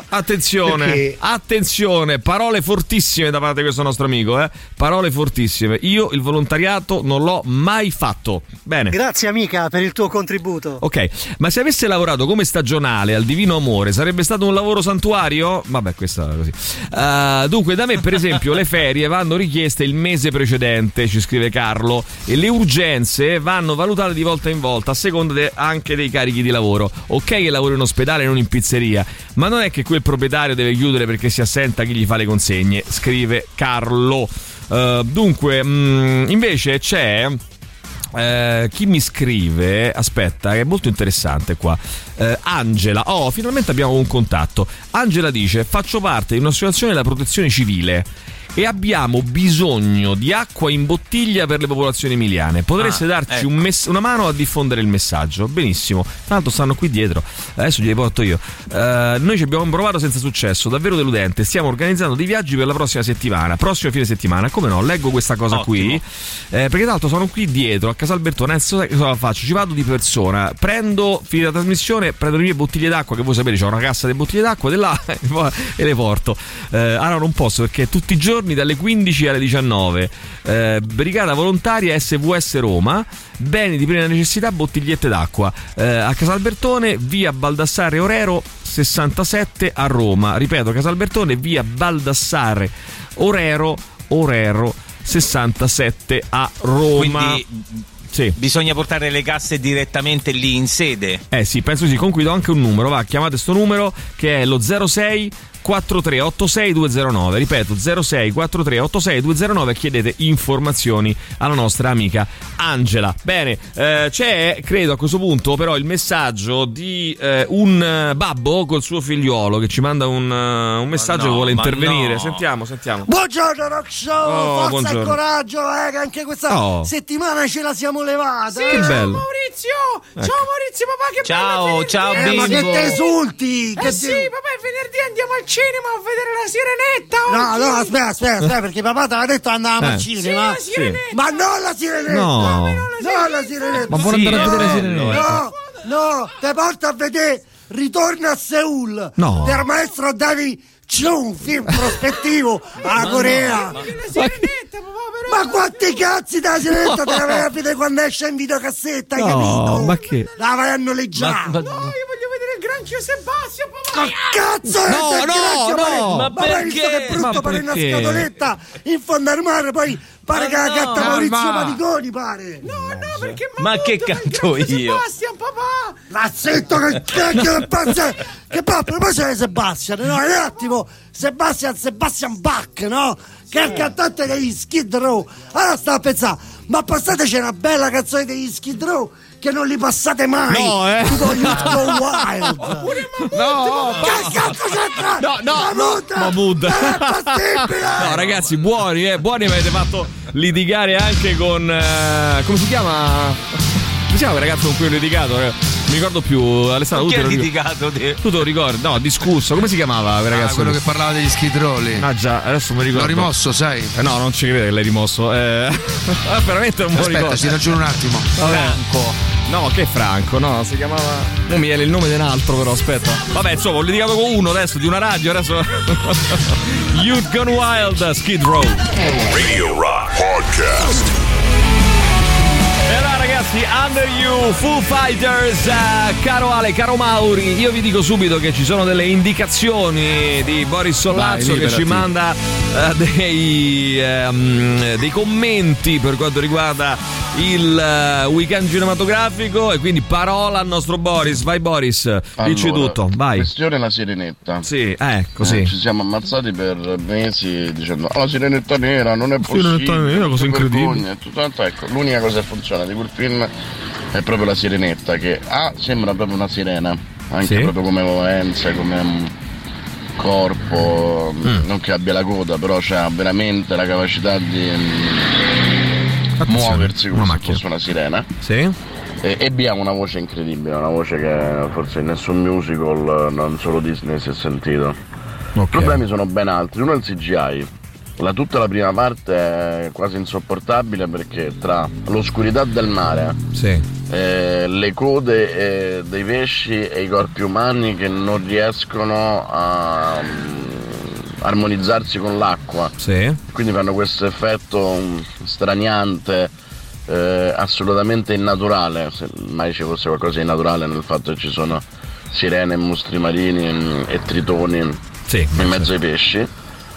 Attenzione, parole fortissime da parte di questo nostro amico, parole fortissime. Io il volontariato non l'ho mai fatto. Bene. Grazie amica per il tuo contributo. Ok, ma se avesse lavorato come stagionale al Divino Amore sarebbe stato un lavoro santuario? Vabbè, questa è così. Dunque da me per esempio le ferie vanno richieste il mese precedente, ci scrive Carlo, e le urgenze vanno valutate di volta in volta a seconda anche dei carichi di lavoro. Ok che lavori in ospedale e non in pizzeria, ma non è che quel proprietario deve chiudere perché si assenta chi gli fa le consegne, scrive Carlo. Dunque invece c'è chi mi scrive, aspetta, che è molto interessante qua, Angela. Finalmente abbiamo un contatto. Angela dice: faccio parte di un'associazione della protezione civile e abbiamo bisogno di acqua in bottiglia per le popolazioni emiliane. Potreste darci una mano a diffondere il messaggio? Benissimo, tanto stanno qui dietro, adesso glieli porto io. Noi ci abbiamo provato senza successo, davvero deludente. Stiamo organizzando dei viaggi per la prossimo fine settimana. Come no, leggo questa cosa qui, perché tra l'altro sono qui dietro a Casalbertone. Adesso cosa faccio? Ci vado di persona, prendo fine della trasmissione, prendo le mie bottiglie d'acqua, che voi sapete c'ho una cassa di bottiglie d'acqua di là e le porto. No, non posso perché tutti i giorni dalle 15 alle 19 brigata volontaria SVS Roma, beni di prima necessità, bottigliette d'acqua, a Casalbertone, via Baldassare Orero 67 a Roma. Ripeto, Casalbertone, via Baldassare Orero 67 a Roma. Quindi bisogna portare le casse direttamente lì in sede. Sì, penso sì. Comunque do anche un numero, va, chiamate sto numero che è lo 06 4386 209, ripeto 06 4386 209, chiedete informazioni alla nostra amica Angela. Bene, c'è credo a questo punto però il messaggio di un babbo col suo figliuolo che ci manda un messaggio che vuole intervenire. Sentiamo. Buongiorno Rock Show, forza buongiorno. E coraggio, che anche questa settimana ce la siamo levata. Che bello. Maurizio, Ciao Maurizio, papà, che ciao, ciao bimbo. Ma che te esulti? Sì, papà, venerdì andiamo al cinema a vedere la Sirenetta oggi. No, aspetta, perché papà ti aveva detto andavamo al cinema. Sì, la Sirenetta. Ma non la Sirenetta. No, la Sirenetta. Ma vuole andare a vedere la Sirenetta? No, te porta a vedere Ritorno a Seul. No. Per maestro David Chung, film prospettivo alla Corea. Ma quanti cazzi da Sirenetta te la vai a vedere quando esce in videocassetta, hai capito? Ma che? La vai a noleggiare. No, io voglio vedere il granchio Sebastian, papà. Ma cazzo è il granchio? Ma hai visto che brutto, pare una scatoletta in fondo al mare, poi pare che la gatta Maurizio Paniconi, pare. No, perché ma che canto io? Sebastian, papà. Razzetto che cacchio che pazza. Che proprio poi c'è Sebastian, no? È un attimo Sebastian Bach, no? Che è il cantante degli Skid Row. Allora stavo a pensare, ma passate c'è una bella canzone degli Skid Row che non li passate mai. No, tipo Youth Go Wild. No, che cazzo c'entra? No, Mahmood. No, ragazzi, buoni, mi avete fatto litigare anche con come si chiama? Come si chiama quel ragazzo con cui ho litigato? Non mi ricordo più. Alessandro, chi ha litigato? Tu te lo ricordi? No, discusso. Come si chiamava quel ragazzo? Quello che parlava degli Skid Row lì. Ah già, adesso mi ricordo. L'ho rimosso, sai? No, non ci credo che l'hai rimosso. Veramente non me lo ricordo. Aspetta, ci ragiono un attimo. Franco. No, che Franco? No, si chiamava. Non mi viene il nome di un altro, però aspetta. Vabbè, insomma, ho litigato con uno adesso di una radio. Adesso Youth Gone Wild, Skid Row. Radio Rock Podcast. E allora ragazzi, Under You, Foo Fighters, caro Ale, caro Mauri, io vi dico subito che ci sono delle indicazioni di Boris Sollazzo che ci manda dei commenti per quanto riguarda il weekend cinematografico e quindi parola al nostro Boris. Vai Boris, dici tutto, vai. Questione la Sirenetta. Sì, così. Ci siamo ammazzati per mesi dicendo la Sirenetta nera non è possibile. Sirenetta nera, cosa incredibile. Tanto ecco, l'unica cosa che funziona di quel film è proprio la Sirenetta che sembra proprio una sirena, anche proprio come movenza, come corpo, non che abbia la coda, però ha veramente la capacità di muoversi come se fosse una sirena. Sì. E abbiamo una voce incredibile, una voce che forse in nessun musical, non solo Disney, si è sentito. I problemi sono ben altri. Uno è il CGI. Tutta la prima parte è quasi insopportabile perché tra l'oscurità del mare, le code dei pesci e i corpi umani che non riescono a armonizzarsi con l'acqua, quindi fanno questo effetto straniante, assolutamente innaturale, se mai ci fosse qualcosa di naturale nel fatto che ci sono sirene, mostri marini e tritoni in mezzo ai pesci.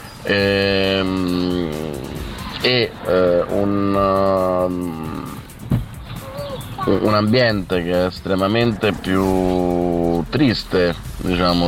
Un ambiente che è estremamente più triste, diciamo,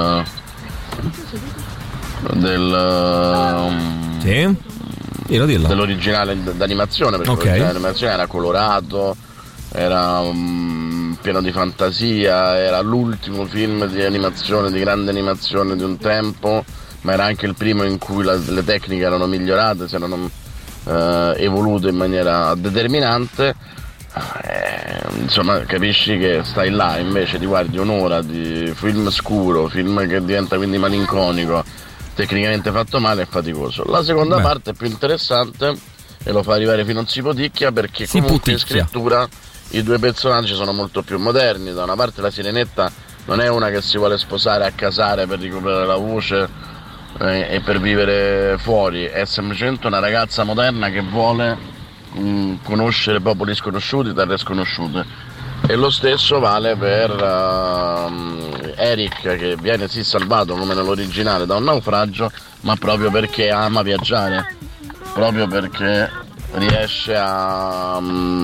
dell'originale d'animazione, perché l'originale d'animazione era colorato, era pieno di fantasia, era l'ultimo film di animazione, di grande animazione di un tempo, ma era anche il primo in cui le tecniche erano migliorate, si erano evolute in maniera determinante. Insomma, capisci che stai là, invece ti guardi un'ora di film scuro, film che diventa quindi malinconico, tecnicamente fatto male e faticoso. La seconda parte è più interessante e lo fa arrivare fino a Zipoticchia, perché comunque in scrittura i due personaggi sono molto più moderni. Da una parte la Sirenetta non è una che si vuole sposare a casare per recuperare la voce e per vivere fuori, è semplicemente una ragazza moderna che vuole conoscere popoli sconosciuti, terre sconosciute. E lo stesso vale per Eric, che viene salvato come nell'originale da un naufragio, ma proprio perché ama viaggiare, proprio perché riesce a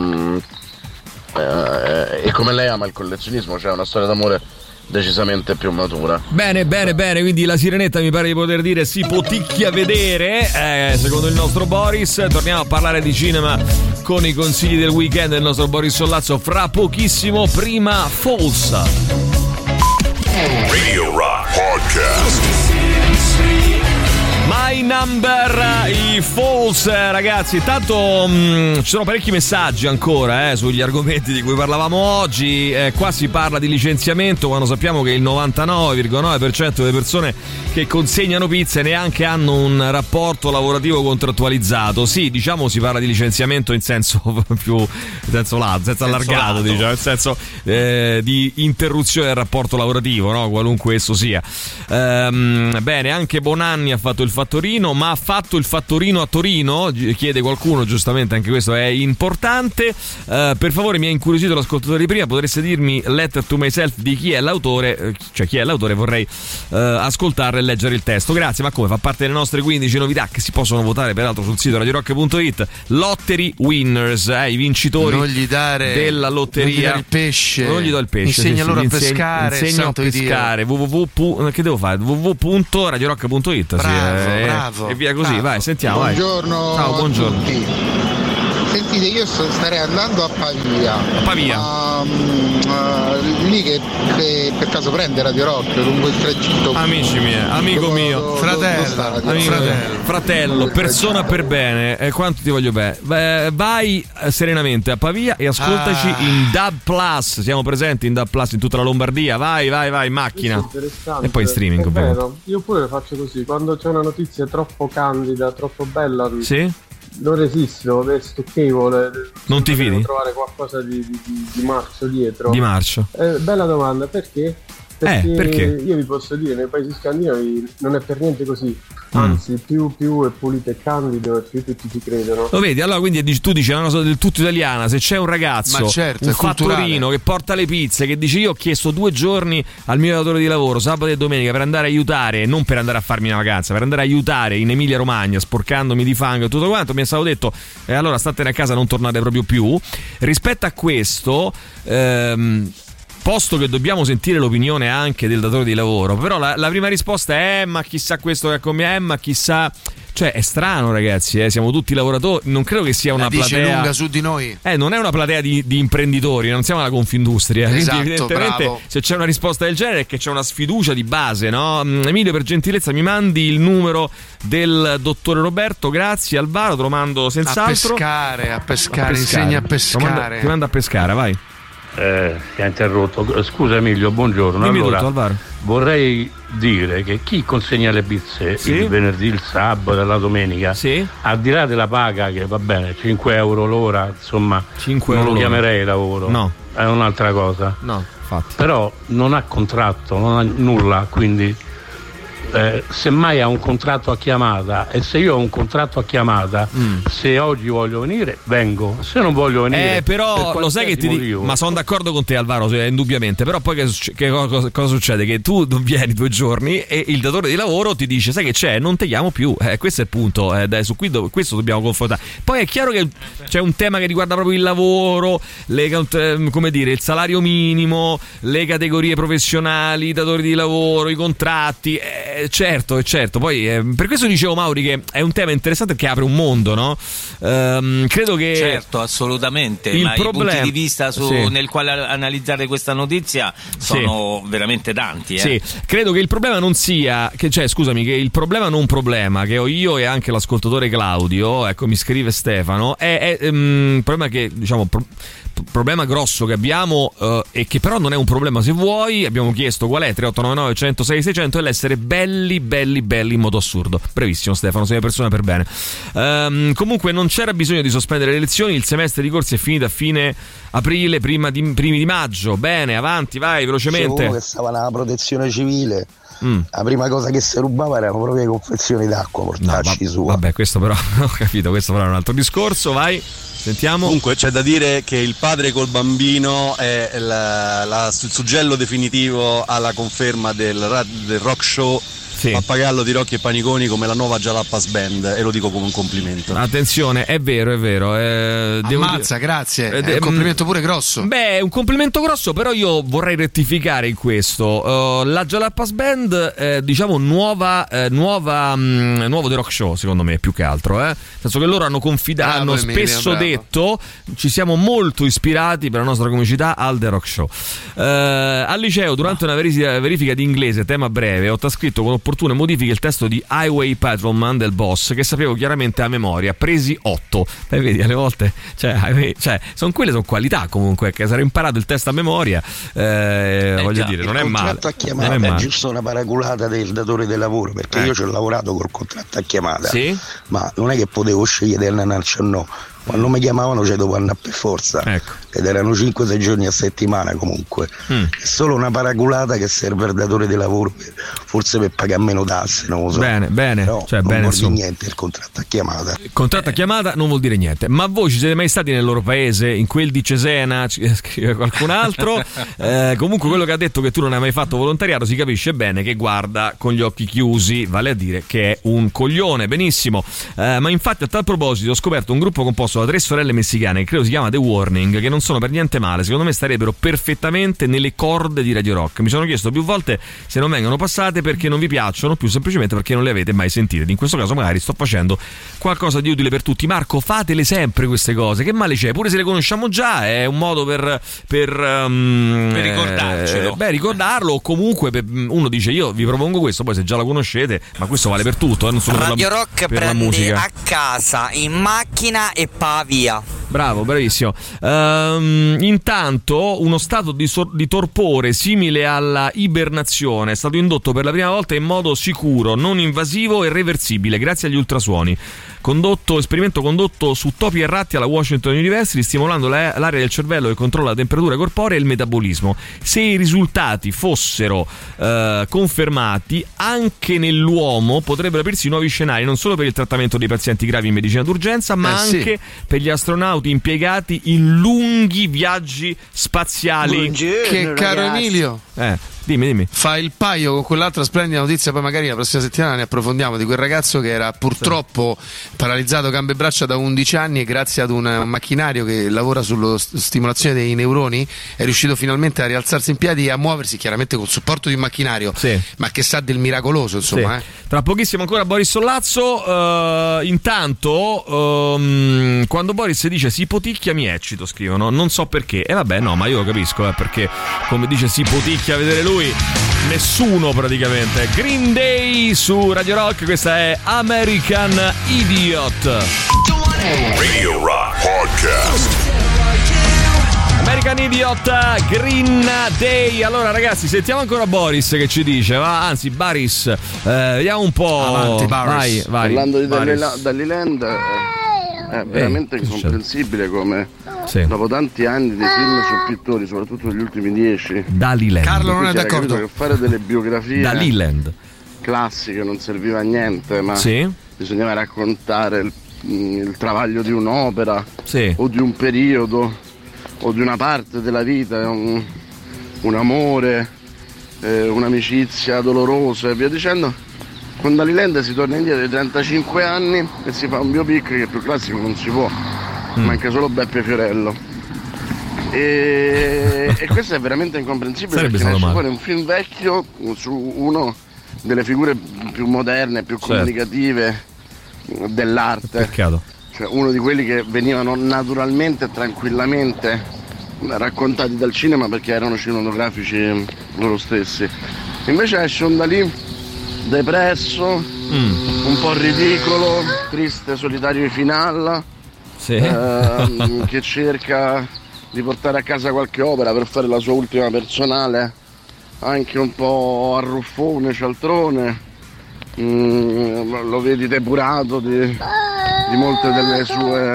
e come lei ama il collezionismo, cioè una storia d'amore decisamente più matura. Bene, quindi la Sirenetta mi pare di poter dire si poticchia vedere, secondo il nostro Boris. Torniamo a parlare di cinema con i consigli del weekend del nostro Boris Sollazzo fra pochissimo. Prima False. Radio Rock Podcast. My Number, i Falls, ragazzi. Intanto ci sono parecchi messaggi ancora sugli argomenti di cui parlavamo oggi. Qua si parla di licenziamento quando sappiamo che il 99,9% delle persone che consegnano pizze neanche hanno un rapporto lavorativo contrattualizzato. Sì, diciamo si parla di licenziamento in senso più senso allargato, diciamo, nel senso di interruzione del rapporto lavorativo, no? Qualunque esso sia. Bene, anche Bonanni ha fatto il fattorino, ma ha fatto il fattorino a Torino? Chiede qualcuno, giustamente, anche questo è importante. Per favore, mi ha incuriosito l'ascoltatore di prima, potreste dirmi Letter to Myself di chi è l'autore? Cioè chi è l'autore, vorrei ascoltarlo e leggere il testo. Grazie. Ma come? Fa parte delle nostre 15 novità che si possono votare peraltro sul sito radiorock.it. Lottery winners, i vincitori della lotteria. Non gli dare il pesce. Non gli do il pesce. Insegna loro a pescare. Insegno a pescare. Che devo fare? www.radiorock.it. Bravo. E via così, vai, sentiamo. Buongiorno. Vai. Ciao, buongiorno. A tutti. Sentite, io starei andando a Pavia. Lì che per caso prende Radio Rock lungo il tragitto. Amici miei, amico mio, fratello, persona per bene, quanto ti voglio bene. Vai serenamente a Pavia e ascoltaci in DAB Plus. Siamo presenti in DAB Plus in tutta la Lombardia. Vai in macchina. E poi in streaming, ovviamente. Io pure faccio così, quando c'è una notizia troppo candida, troppo bella. Sì? Non resisto, è stucchevole. Non ti fidi? Devo trovare qualcosa di marcio dietro. Di marcio. Bella domanda, perché? Perché io vi posso dire, nei paesi scandinavi non è per niente così. Anzi, più è pulito e candido, e più tutti ci credono. Lo vedi? Allora, quindi tu dici una cosa del tutto italiana. Se c'è un ragazzo, un fattorino che porta le pizze, che dice: io ho chiesto 2 giorni al mio datore di lavoro, sabato e domenica, per andare a aiutare, non per andare a farmi una vacanza, per andare a aiutare in Emilia Romagna, sporcandomi di fango e tutto quanto, mi è stato detto: allora statene a casa, non tornate proprio più. Rispetto a questo, posto che dobbiamo sentire l'opinione anche del datore di lavoro, però la prima risposta è: ma chissà questo che ha con me, ma chissà. Cioè è strano, ragazzi, siamo tutti lavoratori, non credo che sia una platea lunga su di noi. Non è una platea di imprenditori, non siamo alla Confindustria. Esatto, quindi evidentemente bravo. Se c'è una risposta del genere è che c'è una sfiducia di base, no? Emilio, per gentilezza mi mandi il numero del dottore Roberto, grazie. Alvaro, te lo mando senz'altro. A pescare, insegna a pescare. Ti manda a pescare, vai. Si è interrotto. Scusa Emilio, buongiorno. Dimmi allora, tutto, Alvaro. Vorrei dire che chi consegna le pizze il venerdì, il sabato e la domenica, al di là della paga, che va bene, 5 euro l'ora, insomma, 5 non euro lo chiamerei lavoro. No. È un'altra cosa. No, infatti. Però non ha contratto, non ha nulla, quindi semmai ha un contratto a chiamata, e se io ho un contratto a chiamata, se oggi voglio venire vengo, se non voglio venire però lo sai che ti dico, ma sono d'accordo con te, Alvaro, indubbiamente. Però poi cosa succede? Che tu non vieni 2 giorni e il datore di lavoro ti dice: sai che c'è, non te chiamo più. Questo è il punto, questo dobbiamo confrontare. Poi è chiaro che c'è un tema che riguarda proprio il lavoro, come dire, il salario minimo, le categorie professionali, i datori di lavoro, i contratti. Certo. Poi per questo dicevo, Mauri, che è un tema interessante che apre un mondo, no? Credo che certo, assolutamente. I punti di vista nel quale analizzare questa notizia sono veramente tanti. Sì, credo che il problema non sia che il problema non problema che ho io e anche l'ascoltatore Claudio, ecco, mi scrive Stefano, è un problema che, diciamo, problema grosso che abbiamo, e che però non è un problema. Se vuoi, abbiamo chiesto qual è, 3899 106 600, e l'essere belli in modo assurdo. Brevissimo Stefano, sei una persona per bene. Comunque non c'era bisogno di sospendere le lezioni, il semestre di corsi è finito a fine aprile, primi di maggio. Bene, avanti, vai velocemente. Che stava nella protezione civile. La prima cosa che si rubava erano proprio le confezioni d'acqua, portarci su. Vabbè, questo però ho capito, questo però è un altro discorso, vai. Sentiamo. Comunque c'è da dire che il padre col bambino è il suggello definitivo alla conferma del rock show Pappagallo di Rocchi e Paniconi come la nuova Jalapas Band, e lo dico come un complimento. Attenzione, è vero. Ammazza, grazie. È un complimento pure grosso. Beh, è un complimento grosso, però io vorrei rettificare in questo. La Jalapas Band, diciamo nuovo The Rock Show, secondo me, più che altro. Nel senso che loro hanno spesso detto: ci siamo molto ispirati per la nostra comicità al The Rock Show. Al liceo, durante una verifica di inglese tema breve, ho trascritto con opportunità fortuna e modifiche il testo di Highway Patrolman del Boss, che sapevo chiaramente a memoria, presi 8. Beh, vedi, alle volte sono qualità comunque, che sarei imparato il testo a memoria, voglio dire, non è male. Il contratto a chiamata è giusto una paraculata del datore del lavoro, perché io ci ho lavorato col contratto a chiamata, sì? Ma non è che potevo scegliere il nanaccio, no. Quando mi chiamavano dovevo andare per forza, ecco. Ed erano 5-6 giorni a settimana comunque. È solo una paraculata che serve al datore di lavoro forse per pagare meno tasse, non lo so. Bene, però cioè, non vuol dire niente il contratto a chiamata. Il contratto a chiamata non vuol dire niente. Ma voi ci siete mai stati nel loro paese, in quel di Cesena, scrive qualcun altro? Comunque quello che ha detto, che tu non hai mai fatto volontariato, si capisce bene che guarda con gli occhi chiusi, vale a dire che è un coglione. Benissimo. Ma infatti a tal proposito ho scoperto un gruppo composto da 3 sorelle messicane che credo si chiama The Warning, che non sono per niente male, secondo me starebbero perfettamente nelle corde di Radio Rock. Mi sono chiesto più volte se non vengono passate perché non vi piacciono, più semplicemente perché non le avete mai sentite. In questo caso magari sto facendo qualcosa di utile per tutti. Marco, fatele sempre queste cose, che male c'è? Pure se le conosciamo già, è un modo per ricordarcelo. Ricordarlo, o comunque uno dice io vi propongo questo, poi se già la conoscete, ma questo vale per tutto, non solo Radio per la, Rock per prende la musica. A casa, in macchina e via. Bravo, bravissimo. Intanto uno stato di torpore simile alla ibernazione è stato indotto per la prima volta in modo sicuro, non invasivo e reversibile grazie agli ultrasuoni. Esperimento condotto su topi e ratti alla Washington University, stimolando l'area del cervello che controlla la temperatura corporea e il metabolismo. Se i risultati fossero confermati, anche nell'uomo potrebbero aprirsi nuovi scenari, non solo per il trattamento dei pazienti gravi in medicina d'urgenza, ma anche per gli astronauti impiegati in lunghi viaggi spaziali. Buongiorno, che caro ragazzi. Emilio, dimmi. Fa il paio con quell'altra splendida notizia, poi magari la prossima settimana ne approfondiamo, di quel ragazzo che era purtroppo paralizzato gambe e braccia da 11 anni e grazie ad un macchinario che lavora sulla stimolazione dei neuroni è riuscito finalmente a rialzarsi in piedi e a muoversi, chiaramente col supporto di un macchinario, ma che sa del miracoloso, insomma. Tra pochissimo ancora Boris Sollazzo. Intanto quando Boris dice si poticchia mi eccito, scrivono, non so perché, vabbè, no, ma io lo capisco, perché come dice si poticchia a vedere lui nessuno praticamente. Green Day su Radio Rock, questa è American Idiot. Radio Rock Podcast. American Idiot, Green Day. Allora ragazzi, sentiamo ancora Boris che ci dice, anzi Baris, vediamo un po'. Avanti, Baris. Vai, parlando di Daliland, è veramente incomprensibile come dopo tanti anni di film su pittori, soprattutto negli ultimi 10, Daliland. Carlo non è d'accordo che fare delle biografie Daliland classiche non serviva a niente, ma bisognava raccontare il travaglio di un'opera o di un periodo o di una parte della vita, un amore, un'amicizia dolorosa e via dicendo. Con Daliland si torna indietro di 35 anni e si fa un biopic che più classico non si può, manca solo Beppe Fiorello. E questo è veramente incomprensibile. Sarebbe perché esce fuori un film vecchio su uno delle figure più moderne, più comunicative dell'arte. Peccato. Cioè uno di quelli che venivano naturalmente e tranquillamente raccontati dal cinema perché erano cinematografici loro stessi. Invece esce un Dalì depresso, un po' ridicolo, triste, solitario di Finalla, che cerca di portare a casa qualche opera per fare la sua ultima personale, anche un po' arruffone, cialtrone. Lo vedi depurato di molte delle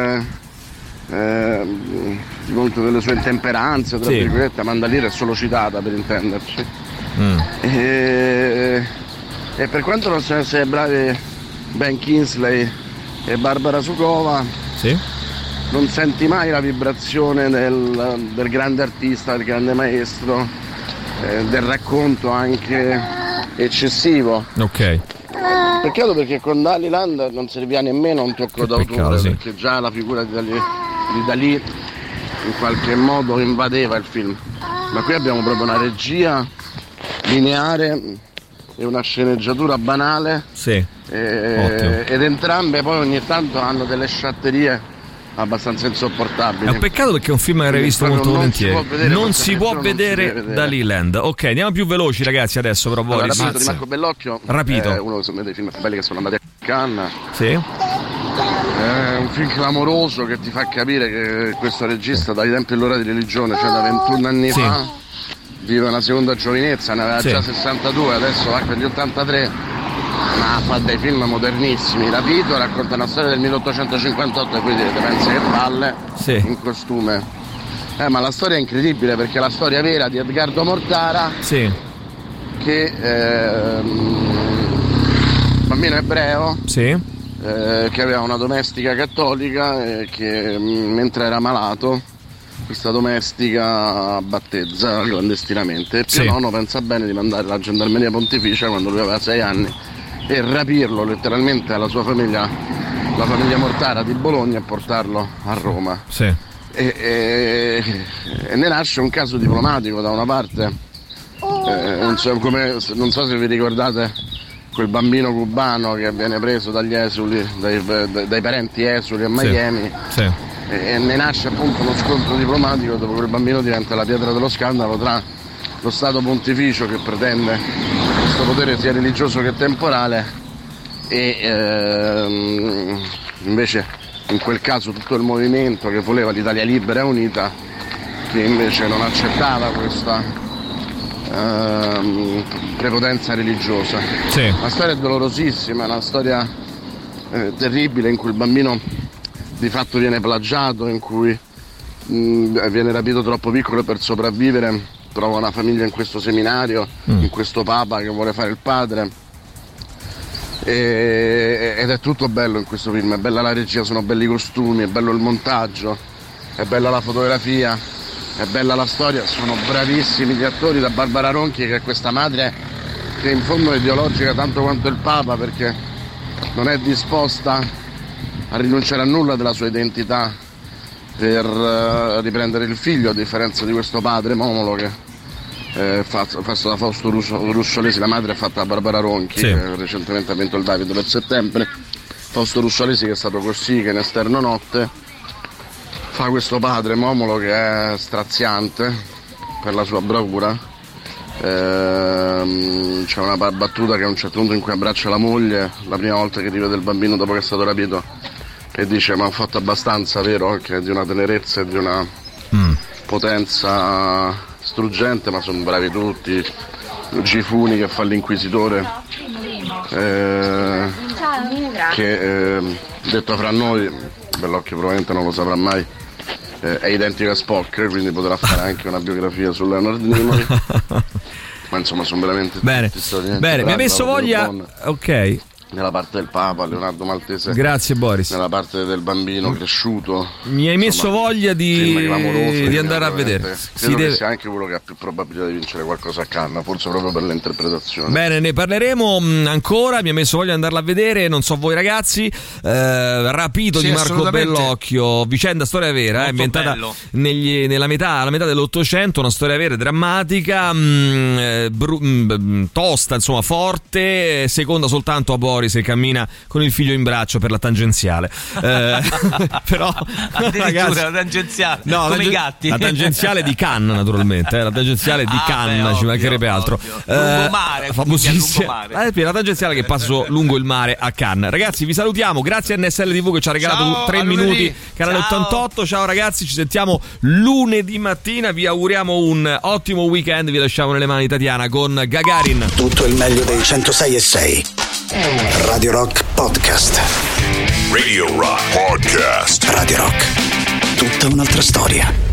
sue intemperanze, tra virgolette. Mandalira è solo citata, per intenderci. E per quanto non siano essere bravi Ben Kingsley e Barbara Sukova, non senti mai la vibrazione del grande artista, del grande maestro, del racconto anche eccessivo. Peccato perché con Daliland non serviva nemmeno un tocco d'autore, perché già la figura di Dalì in qualche modo invadeva il film, ma qui abbiamo proprio una regia lineare e una sceneggiatura banale, ed entrambe poi ogni tanto hanno delle sciatterie abbastanza insopportabili. È un peccato perché è un film che avrei visto molto volentieri. Non si può vedere da Leland. Ok, andiamo più veloci, ragazzi, adesso però. Allora, Rapito di Marco Bellocchio. Rapito. È uno dei film più belli che sono andati a Cannes. Sì. È un film clamoroso che ti fa capire che questo regista dai tempi dell'ora di religione, cioè da 21 anni fa, vive una seconda giovinezza, ne aveva già 62, adesso va per gli 83. Ma fa dei film modernissimi. Rapito racconta una storia del 1858 e quindi te pensi che palle in costume. Ma la storia è incredibile perché è la storia vera di Edgardo Mortara, che bambino ebreo, che aveva una domestica cattolica e che mentre era malato questa domestica battezza clandestinamente e Pio IX pensa bene di mandare la gendarmeria pontificia quando lui aveva 6 anni e rapirlo letteralmente alla sua famiglia, la famiglia Mortara di Bologna, e portarlo a Roma. E ne nasce un caso diplomatico da una parte, non so se vi ricordate quel bambino cubano che viene preso dagli esuli, dai parenti esuli a Miami, e ne nasce appunto uno scontro diplomatico dove quel bambino diventa la pietra dello scandalo tra lo Stato pontificio che pretende questo potere sia religioso che temporale e invece in quel caso tutto il movimento che voleva l'Italia libera e unita, che invece non accettava questa prepotenza religiosa. La storia è dolorosissima, è una storia terribile in cui il bambino di fatto viene plagiato, in cui viene rapito troppo piccolo per sopravvivere, trova una famiglia in questo seminario, in questo papa che vuole fare il padre, ed è tutto bello in questo film, è bella la regia, sono belli i costumi, è bello il montaggio, è bella la fotografia, è bella la storia, sono bravissimi gli attori, da Barbara Ronchi che è questa madre che in fondo è ideologica tanto quanto il papa, perché non è disposta a rinunciare a nulla della sua identità per riprendere il figlio, a differenza di questo padre Momolo che fatto da Fausto Rusciolesi. La madre è fatta da Barbara Ronchi, che recentemente ha vinto il David per Settembre. Fausto Rusciolesi, che è stato Corsica in Esterno Notte, fa questo padre Momolo che è straziante per la sua bravura. C'è una battuta che a un certo punto in cui abbraccia la moglie la prima volta che rivede il bambino dopo che è stato rapito e dice: ma ho fatto abbastanza, vero? Che è di una tenerezza e di una potenza struggente, ma sono bravi tutti. Gifuni che fa l'inquisitore, che detto fra noi, Bellocchio probabilmente non lo saprà mai, è identico a Spock, quindi potrà fare anche una biografia su Leonard Nimoy. Ma insomma sono veramente bene, mi ha messo voglia. Ok. Nella parte del Papa, Leonardo Maltese. Grazie Boris. Nella parte del bambino cresciuto. Mi hai messo voglia di andare a vedere. Credo che sia anche quello che ha più probabilità di vincere qualcosa a Cannes, forse proprio per l'interpretazione. Bene, ne parleremo ancora. Mi ha messo voglia di andarla a vedere. Non so voi ragazzi. Rapito di Marco Bellocchio, vicenda storia vera, ambientata alla metà dell'Ottocento, una storia vera, drammatica, tosta, insomma, forte, seconda soltanto a Boris che cammina con il figlio in braccio per la tangenziale. Però ragazzi, la tangenziale, no, come i gatti. La tangenziale di Cannes, naturalmente, la tangenziale di Cannes, ci mancherebbe altro. Lungomare, famosissima. La tangenziale che passo lungo il mare a Cannes. Ragazzi, vi salutiamo, grazie a NSL TV che ci ha regalato 3 minuti, canale 88. Ciao ragazzi, ci sentiamo lunedì mattina, vi auguriamo un ottimo weekend, vi lasciamo nelle mani di Tatiana con Gagarin. Tutto il meglio dei 106.6 Radio Rock Podcast. Radio Rock Podcast. Radio Rock, tutta un'altra storia.